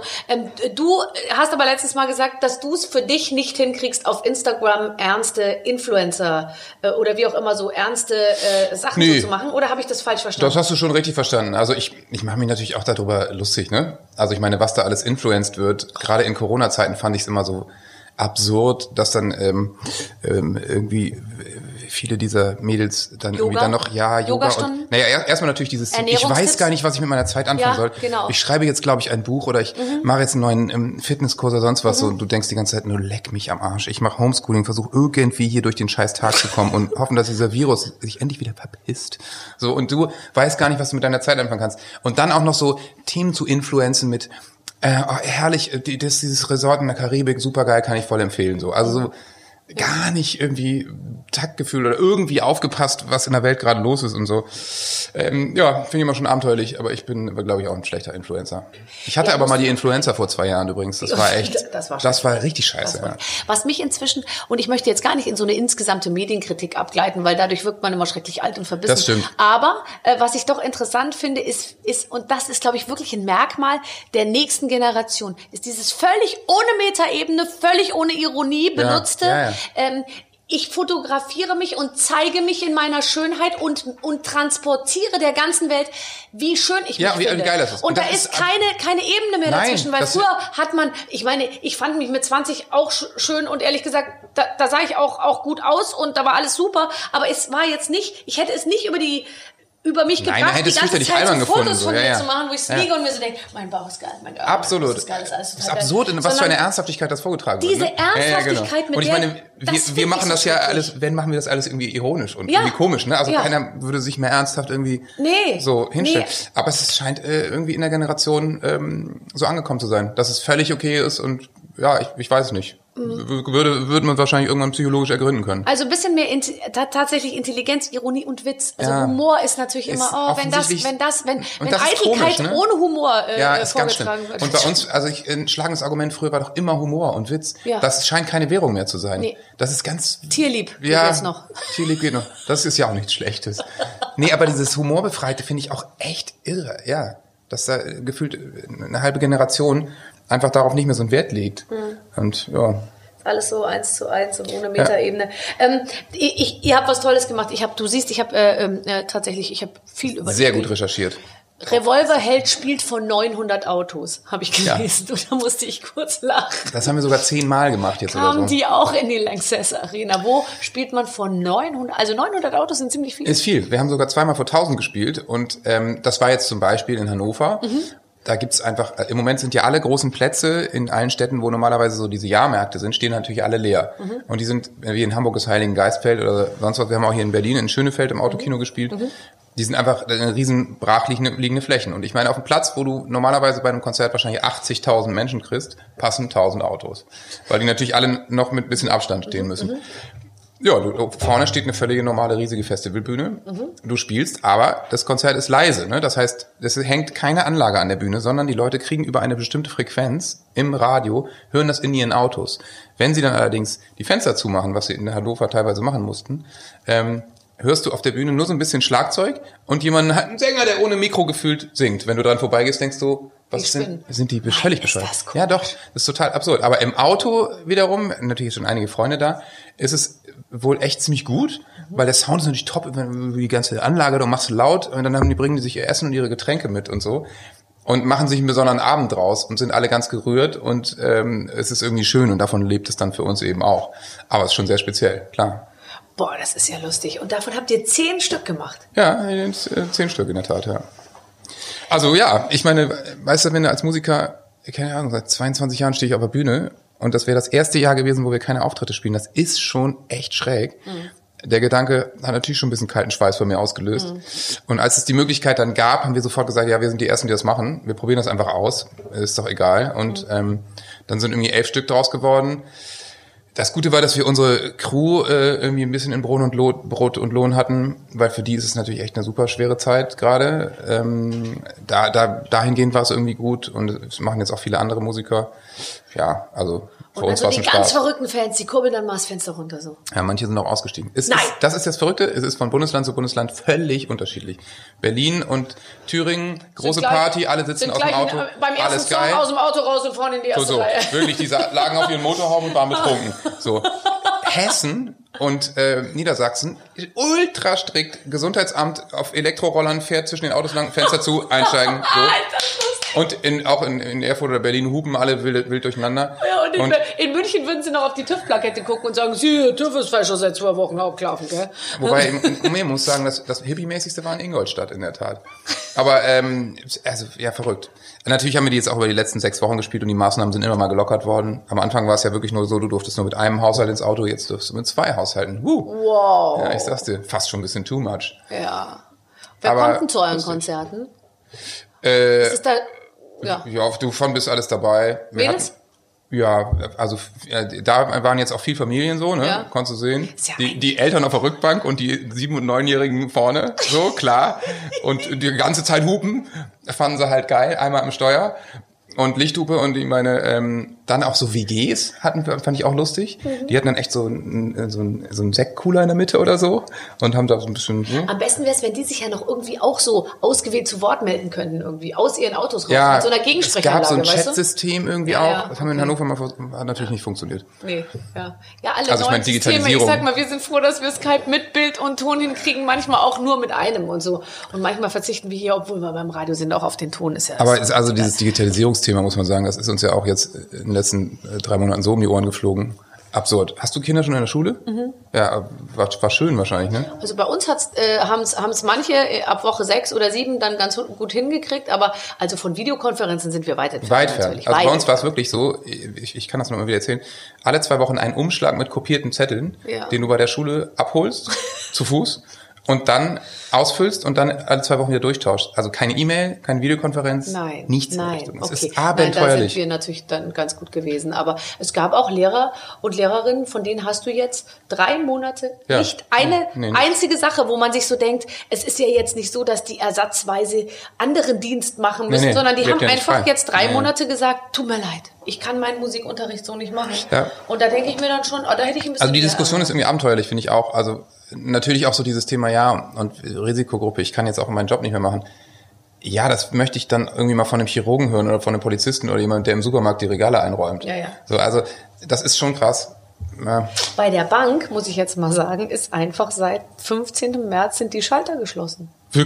Du hast aber letztens mal gesagt, dass du es für dich nicht hinkriegst, auf Instagram ernste Influencer oder wie auch immer so ernste Sachen so zu machen. Oder habe ich das falsch verstanden? Das hast du schon richtig verstanden. Also ich mache mich natürlich auch darüber lustig, ne? Also ich meine, was da alles influenced wird, gerade in Corona-Zeiten fand ich es immer so absurd, dass dann irgendwie viele dieser Mädels dann irgendwie dann noch Yoga und erstmal natürlich dieses ich weiß gar nicht, was ich mit meiner Zeit anfangen soll. Genau. Ich schreibe jetzt, glaube ich, ein Buch oder ich mache jetzt einen neuen Fitnesskurs oder sonst was so und du denkst die ganze Zeit nur, leck mich am Arsch. Ich mache Homeschooling, versuche irgendwie hier durch den scheiß Tag zu kommen und hoffen, dass dieser Virus sich endlich wieder verpisst. So, und du weißt gar nicht, was du mit deiner Zeit anfangen kannst. Und dann auch noch so Themen zu influenzen mit herrlich, dieses Resort in der Karibik, supergeil, kann ich voll empfehlen. So. Also so gar nicht irgendwie Taktgefühl oder irgendwie aufgepasst, was in der Welt gerade los ist und so. Finde ich immer schon abenteuerlich, aber ich bin, glaube ich, auch ein schlechter Influencer. Ich hatte aber mal die Influencer vor 2 Jahren übrigens. Das war echt, das war richtig scheiße. Ja. Was mich inzwischen, und ich möchte jetzt gar nicht in so eine insgesamte Medienkritik abgleiten, weil dadurch wirkt man immer schrecklich alt und verbissen. Das stimmt. Aber was ich doch interessant finde, ist, und das ist, glaube ich, wirklich ein Merkmal der nächsten Generation, ist dieses völlig ohne Metaebene, völlig ohne Ironie benutzte, ich fotografiere mich und zeige mich in meiner Schönheit und transportiere der ganzen Welt, wie schön ich mich finde. Wie geil das ist. Und da ist keine Ebene mehr dazwischen, weil früher hat man, ich meine, ich fand mich mit 20 auch schön und ehrlich gesagt, da sah ich auch gut aus und da war alles super, aber es war jetzt nicht, ich hätte es nicht über mich gebracht, die ganze Zeit so Fotos von mir zu machen, wo ich liege und mir so denke, mein Bauch ist geil, mein Körper absolut. ist geil, das ist absurd, in was für eine Ernsthaftigkeit das vorgetragen wird. Diese Ernsthaftigkeit, mit und ich meine, wir machen das ja alles, wenn machen wir das alles irgendwie ironisch und irgendwie komisch, ne? Also keiner würde sich mehr ernsthaft irgendwie so hinstellen. Aber es scheint irgendwie in der Generation so angekommen zu sein, dass es völlig okay ist und ich weiß es nicht. Würde man wahrscheinlich irgendwann psychologisch ergründen können. Also ein bisschen mehr tatsächlich Intelligenz, Ironie und Witz. Also Humor ist natürlich immer, wenn Eitelkeit komisch, ne? Ohne Humor vorgetragen wird. Und bei uns, also ein schlagendes Argument früher war doch immer Humor und Witz. Ja. Das scheint keine Währung mehr zu sein. Nee. Das ist ganz... Tierlieb geht jetzt noch. Tierlieb geht noch. Das ist ja auch nichts Schlechtes. Nee, aber dieses Humorbefreite finde ich auch echt irre. Ja, dass da gefühlt eine halbe Generation einfach darauf nicht mehr so einen Wert legt. Und alles so 1:1 und ohne Metaebene. Ihr habt was Tolles gemacht. Ich habe viel über sehr gut recherchiert. Revolverheld spielt von 900 Autos, habe ich gelesen. Und da musste ich kurz lachen. Das haben wir sogar 10-mal gemacht jetzt oder so. Kamen die auch in die Lanxess Arena? Wo spielt man von 900? Also 900 Autos sind ziemlich viel. Ist viel. Wir haben sogar 2-mal vor 1000 gespielt. Und das war jetzt zum Beispiel in Hannover. da gibt's einfach, im Moment sind ja alle großen Plätze in allen Städten, wo normalerweise so diese Jahrmärkte sind, stehen natürlich alle leer. Und die sind, wie in Hamburg das Heiligengeistfeld oder sonst was, wir haben auch hier in Berlin in Schönefeld im Autokino gespielt. Die sind einfach riesen brach liegende Flächen. Und ich meine, auf dem Platz, wo du normalerweise bei einem Konzert wahrscheinlich 80.000 Menschen kriegst, passen 1.000 Autos. Weil die natürlich alle noch mit ein bisschen Abstand stehen müssen. Ja, vorne steht eine völlige normale, riesige Festivalbühne. Du spielst, aber das Konzert ist leise. Ne? Das heißt, es hängt keine Anlage an der Bühne, sondern die Leute kriegen über eine bestimmte Frequenz im Radio, hören das in ihren Autos. Wenn sie dann allerdings die Fenster zumachen, was sie in Hannover teilweise machen mussten, hörst du auf der Bühne nur so ein bisschen Schlagzeug und einen Sänger, der ohne Mikro gefühlt singt. Wenn du dran vorbeigehst, denkst du, sind die völlig bescheuert? Ja doch, das ist total absurd. Aber im Auto wiederum, natürlich schon einige Freunde da, ist es wohl echt ziemlich gut, weil der Sound ist natürlich top über die ganze Anlage, du machst laut und dann bringen die sich ihr Essen und ihre Getränke mit und so. Und machen sich einen besonderen Abend draus und sind alle ganz gerührt und es ist irgendwie schön und davon lebt es dann für uns eben auch. Aber es ist schon sehr speziell, klar. Boah, das ist ja lustig. Und davon habt ihr 10 Stück gemacht? Ja, 10 Stück in der Tat, ja. Also ja, ich meine, weißt du, wenn du als Musiker, keine Ahnung, seit 22 Jahren stehe ich auf der Bühne und das wäre das erste Jahr gewesen, wo wir keine Auftritte spielen, das ist schon echt schräg. Der Gedanke hat natürlich schon ein bisschen kalten Schweiß von mir ausgelöst. Und als es die Möglichkeit dann gab, haben wir sofort gesagt, ja, wir sind die Ersten, die das machen. Wir probieren das einfach aus. Ist doch egal. Und dann sind irgendwie 11 Stück draus geworden. Das Gute war, dass wir unsere Crew irgendwie ein bisschen in Brot und Lohn hatten, weil für die ist es natürlich echt eine super schwere Zeit gerade. Dahingehend war es irgendwie gut und es machen jetzt auch viele andere Musiker. Ja, also für uns war es ein Spaß. Die ganz verrückten Fans, die kurbeln dann mal das Fenster runter so. Ja, manche sind auch ausgestiegen. Nein! Das ist das Verrückte, es ist von Bundesland zu Bundesland völlig unterschiedlich. Berlin und Thüringen, große Party, alle sitzen auf dem Auto, beim ersten alles Song geil. Aus dem Auto raus und vorne in die erste Reihe. Wirklich, die lagen auf ihren Motorhauben und waren betrunken. So. Hessen und Niedersachsen, ultra strikt, Gesundheitsamt auf Elektrorollern, fährt zwischen den Autos lang, Fenster zu, einsteigen, so. Und auch in Erfurt oder Berlin hupen alle wild durcheinander. Ja, und in München würden sie noch auf die TÜV-Plakette gucken und sagen, TÜV ist vielleicht schon seit 2 Wochen abgelaufen, gell? Wobei, ich muss sagen, das Hippie-mäßigste war in Ingolstadt in der Tat. Aber, also, ja, verrückt. Natürlich haben wir die jetzt auch über die letzten 6 Wochen gespielt und die Maßnahmen sind immer mal gelockert worden. Am Anfang war es ja wirklich nur so, du durftest nur mit einem Haushalt ins Auto, jetzt durfst du mit 2 Haushalten. Wow. Ja, ich sag's dir, fast schon ein bisschen too much. Ja. Wer kommt denn zu euren Konzerten? Ist da... Ja, du von bist alles dabei. Ja, also da waren jetzt auch viel Familien so, ne? Ja. Konntest du sehen. Ja die Eltern auf der Rückbank und die 7- und 9-Jährigen vorne, so, klar. Und die ganze Zeit hupen, fanden sie halt geil, einmal am Steuer. Und Lichthupe und ich meine, dann auch so WGs fand ich auch lustig. Die hatten dann echt so einen Sektcooler in der Mitte oder so und haben da so ein bisschen... Am besten wäre es, wenn die sich ja noch irgendwie auch so ausgewählt zu Wort melden könnten, irgendwie aus ihren Autos raus, mit so einer Gegensprechanlage, es gab so ein weißt du? Chatsystem irgendwie auch. Das haben wir in Hannover mal hat natürlich nicht funktioniert. Nee, ja. Ja, alle also neuen Digitalisierung. Systeme. Ich sag mal, wir sind froh, dass wir Skype mit Bild und Ton hinkriegen, manchmal auch nur mit einem und so. Und manchmal verzichten wir hier, obwohl wir beim Radio sind, auch auf den Ton. Ist ja aber ist also dieses Digitalisierungsthema, muss man sagen, das ist uns ja auch jetzt in den letzten 3 Monaten so um die Ohren geflogen. Absurd. Hast du Kinder schon in der Schule? Ja, war schön wahrscheinlich, ne? Also bei uns haben's manche ab Woche 6 oder 7 dann ganz gut hingekriegt, aber also von Videokonferenzen sind wir weit entfernt. Weit entfernt. Also bei uns war es wirklich so, ich kann das noch mal wieder erzählen, alle 2 Wochen einen Umschlag mit kopierten Zetteln, den du bei der Schule abholst, zu Fuß, und dann ausfüllst und dann alle 2 Wochen wieder durchtauschst. Also keine E-Mail, keine Videokonferenz, nichts. Nein, das ist abenteuerlich. Da sind wir natürlich dann ganz gut gewesen. Aber es gab auch Lehrer und Lehrerinnen, von denen hast du jetzt 3 Monate nicht eine einzige Sache, wo man sich so denkt, es ist ja jetzt nicht so, dass die ersatzweise anderen Dienst machen müssen, sondern die haben einfach jetzt 3 Monate gesagt, tut mir leid, ich kann meinen Musikunterricht so nicht machen. Ja. Und da denke ich mir dann schon, da hätte ich ein bisschen... Also die Diskussion ist irgendwie abenteuerlich, finde ich auch. Also natürlich auch so dieses Thema, und Risikogruppe, ich kann jetzt auch meinen Job nicht mehr machen. Ja, das möchte ich dann irgendwie mal von einem Chirurgen hören oder von einem Polizisten oder jemand, der im Supermarkt die Regale einräumt. Ja. So, also das ist schon krass. Ja. Bei der Bank, muss ich jetzt mal sagen, ist einfach seit 15. März sind die Schalter geschlossen. Wirklich?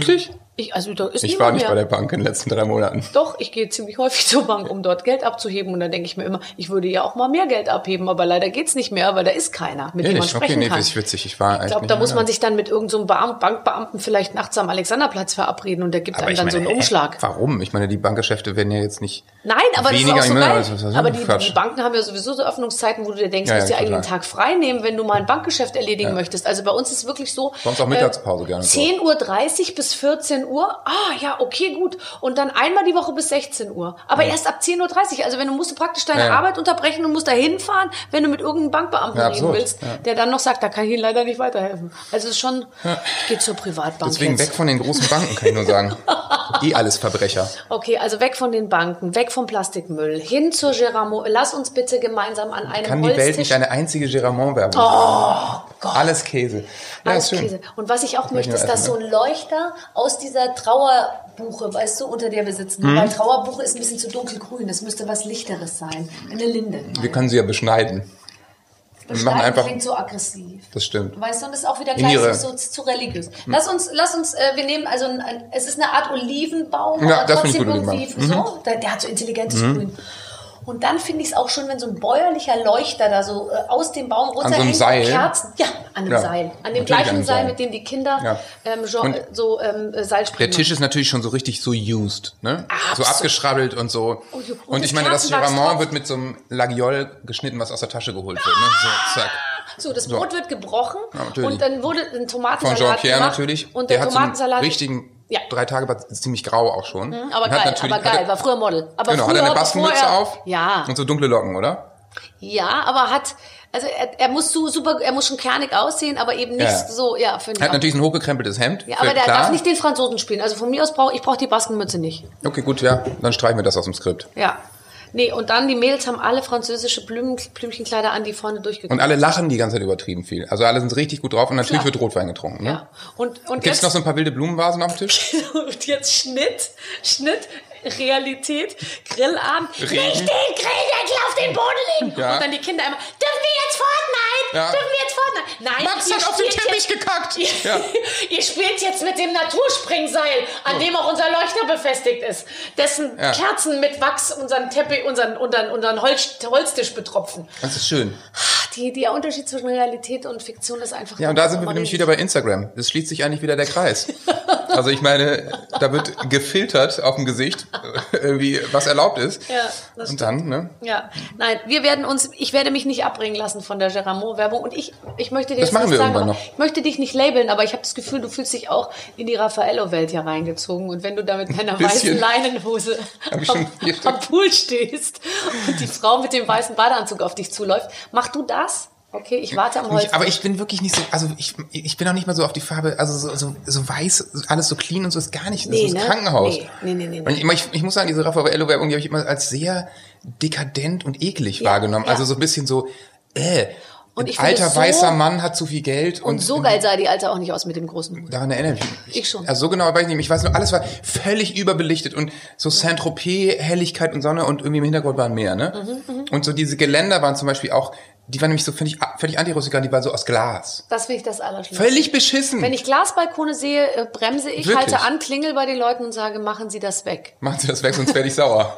Ich war nicht bei der Bank in den letzten 3 Monaten. Doch, ich gehe ziemlich häufig zur Bank, um dort Geld abzuheben. Und dann denke ich mir immer, ich würde ja auch mal mehr Geld abheben, aber leider geht's nicht mehr, weil da ist keiner, mit dem man sprechen kann. Das ist witzig. Ich glaube, da muss man sich dann mit irgendeinem Bankbeamten vielleicht nachts am Alexanderplatz verabreden und der gibt einem dann so einen Umschlag. Warum? Ich meine, die Bankgeschäfte werden ja jetzt nicht Nein, aber weniger. Das ist auch so geil. Aber die Banken haben ja sowieso so Öffnungszeiten, wo du dir denkst, du musst dir eigentlich einen Tag frei nehmen, wenn du mal ein Bankgeschäft erledigen möchtest. Also bei uns ist es wirklich so. Bei uns auch Mittagspause gerne. 10:30 Uhr bis 14 Uhr. Ja, okay, gut. Und dann einmal die Woche bis 16 Uhr. Aber erst ab 10:30 Uhr. Also musst du praktisch deine Arbeit unterbrechen und musst da hinfahren, wenn du mit irgendeinem Bankbeamten reden willst, der dann noch sagt, da kann ich Ihnen leider nicht weiterhelfen. Also es ist schon, ich gehe zur Privatbank. Deswegen weg von den großen Banken, kann ich nur sagen. Alles Verbrecher. Okay, also weg von den Banken, weg vom Plastikmüll, hin zur Geramont. Lass uns bitte gemeinsam an einem Kann Holztisch... die Welt nicht eine einzige Geramont-Werbung machen? Oh Gott. Alles Käse. Ja, Alles Käse. Und was ich auch möchte, ist, dass so ein Leuchter aus dieser Trauerbuche, weißt du, unter der wir sitzen. Weil Trauerbuche ist ein bisschen zu dunkelgrün. Das müsste was Lichteres sein. Eine Linde. Wir können sie ja beschneiden. Wir machen einfach, klingt so aggressiv. Das stimmt. Weißt du, und das ist auch wieder gleich so zu religiös. Lass uns, wir nehmen es ist eine Art Olivenbaum, ja, aber trotzdem irgendwie so. Der hat so intelligentes Grün. Und dann finde ich es auch schön, wenn so ein bäuerlicher Leuchter da so aus dem Baum runterhängt. An so einem Seil? Kerzen. Ja, an einem Seil. An dem gleichen Seil, mit dem die Kinder Seilspringen. Der Tisch ist natürlich schon so richtig so used, ne? So abgeschrabbelt und so. Und ich meine, das Geramont wird mit so einem Lagiol geschnitten, was aus der Tasche geholt wird, ne? So, zack. So, das Brot wird gebrochen und dann wurde ein Tomatensalat von Jean-Pierre gemacht. Natürlich. Und der Tomatensalat... Hat so einen richtigen... 3 Tage war ziemlich grau auch schon. Aber geil, war früher Model. Aber genau, hat er eine Bastenmütze auf und so dunkle Locken, oder? Ja, aber er muss schon kernig aussehen, aber eben nicht so, finde ich. Er hat natürlich ein hochgekrempeltes Hemd. Ja, aber der darf nicht den Franzosen spielen. Also von mir aus brauche ich die Baskenmütze nicht. Okay, gut, dann streichen wir das aus dem Skript. Ja. Nee, und dann die Mädels haben alle französische Blümchenkleider an, die vorne durchgekommen. Und alle lachen die ganze Zeit übertrieben viel. Also alle sind richtig gut drauf und natürlich wird Rotwein getrunken. Ne? Ja. Und gibt's noch so ein paar wilde Blumenvasen auf dem Tisch? Und jetzt Schnitt, Realität, Grillabend. Nicht den Grilldeckel auf den Boden legen. Ja. Und dann die Kinder immer, dürfen wir jetzt Fortnite? Ja. Dürfen wir jetzt Fortnite? Nein, Max hat auf den Teppich gekackt. Ihr spielt jetzt mit dem Naturspringseil, an dem auch unser Leuchter befestigt ist. Dessen Kerzen mit Wachs unseren Teppich, unseren Holztisch betropfen. Das ist schön. Der Unterschied zwischen Realität und Fiktion ist einfach... Ja, und da sind wir nämlich wieder bei Instagram. Das schließt sich eigentlich wieder der Kreis. Also ich meine, da wird gefiltert auf dem Gesicht, irgendwie was erlaubt ist. Ja, das und stimmt. dann, ne? Ja, nein, ich werde mich nicht abbringen lassen von der Geramont-Werbung und ich möchte dir das machen wir irgendwann noch. Ich möchte dich nicht labeln, aber ich habe das Gefühl, du fühlst dich auch in die Raffaello-Welt hier reingezogen und wenn du da mit deiner weißen Leinenhose am Pool stehst und die Frau mit dem weißen Badeanzug auf dich zuläuft, mach du das? Okay, ich warte am Holz. Aber ich bin wirklich nicht so, also ich bin auch nicht mal so auf die Farbe, also so weiß, alles so clean und so ist gar nicht, das ist Krankenhaus. Nee. Und ich muss sagen, diese Raffaello-Werbung, die habe ich immer als sehr dekadent und eklig wahrgenommen. Also so ein bisschen so, und ein alter weißer Mann hat zu viel Geld. Und so geil sah die Alte auch nicht aus mit dem großen Hut. Daran erinnere ich mich. Ich schon. Also so genau weiß ich nicht. Ich weiß nur, alles war völlig überbelichtet und so Saint-Tropez, Helligkeit und Sonne und irgendwie im Hintergrund waren Meer, ne? Und so diese Geländer waren zum Beispiel auch, die waren nämlich so völlig antirustikal, die waren so aus Glas. Das finde ich das Allerschlimmste. Völlig beschissen. Wenn ich Glasbalkone sehe, bremse ich, Wirklich? halte an, klingel bei den Leuten und sage, machen Sie das weg. Machen Sie das weg, sonst werde ich sauer.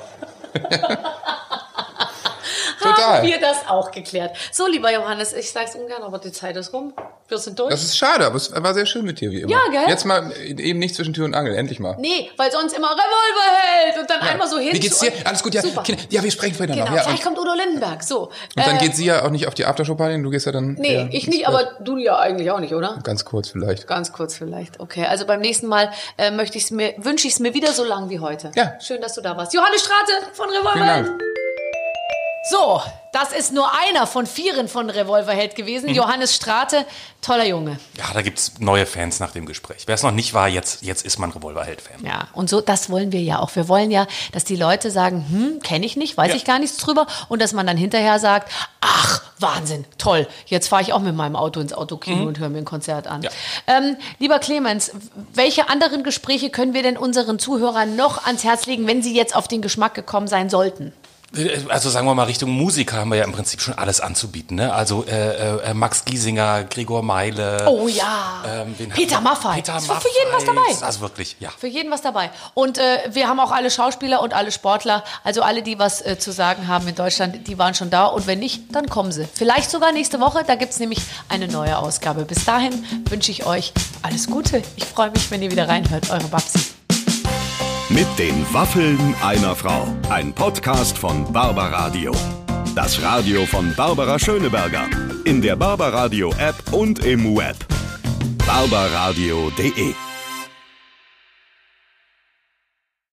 Total. Haben wir das auch geklärt. So, lieber Johannes, ich sag's ungern, aber die Zeit ist rum. Wir sind durch. Das ist schade, aber es war sehr schön mit dir, wie immer. Ja, gell? Jetzt mal eben nicht zwischen Tür und Angel, endlich mal. Nee, weil sonst immer Revolver hält und dann einmal so hin. Wie geht's dir? Alles gut, ja. Super. Kinder, ja, wir sprechen später Genau, noch. Ja, vielleicht kommt Udo Lindenberg, so. Und dann geht sie ja auch nicht auf die Aftershow-Party, du gehst ja dann... Nee, ich nicht, aber du ja eigentlich auch nicht, oder? Ganz kurz vielleicht. Ganz kurz vielleicht, okay. Also beim nächsten Mal wünsche ich es mir wieder so lang wie heute. Ja. Schön, dass du da warst. Johannes Strate von Revolver. Vielen Dank. So, das ist nur einer von 4 von Revolverheld gewesen. Johannes Strate, toller Junge. Ja, da gibt's neue Fans nach dem Gespräch. Wer es noch nicht war, jetzt ist man Revolverheld-Fan. Ja, und so, das wollen wir ja auch. Wir wollen ja, dass die Leute sagen, kenne ich nicht, weiß ich gar nichts drüber. Und dass man dann hinterher sagt, ach, Wahnsinn, toll. Jetzt fahre ich auch mit meinem Auto ins Autokino und höre mir ein Konzert an. Ja. Lieber Clemens, welche anderen Gespräche können wir denn unseren Zuhörern noch ans Herz legen, wenn sie jetzt auf den Geschmack gekommen sein sollten? Also sagen wir mal, Richtung Musiker haben wir ja im Prinzip schon alles anzubieten. Ne? Also Max Giesinger, Gregor Meile. Oh ja, Peter Maffay. Ist für jeden was dabei. Also wirklich, ja. Für jeden was dabei. Und wir haben auch alle Schauspieler und alle Sportler, also alle, die was zu sagen haben in Deutschland, die waren schon da. Und wenn nicht, dann kommen sie. Vielleicht sogar nächste Woche, da gibt es nämlich eine neue Ausgabe. Bis dahin wünsche ich euch alles Gute. Ich freue mich, wenn ihr wieder reinhört. Eure Babsi. Mit den Waffeln einer Frau. Ein Podcast von Barbaradio. Das Radio von Barbara Schöneberger. In der Barbaradio App und im Web. barbaradio.de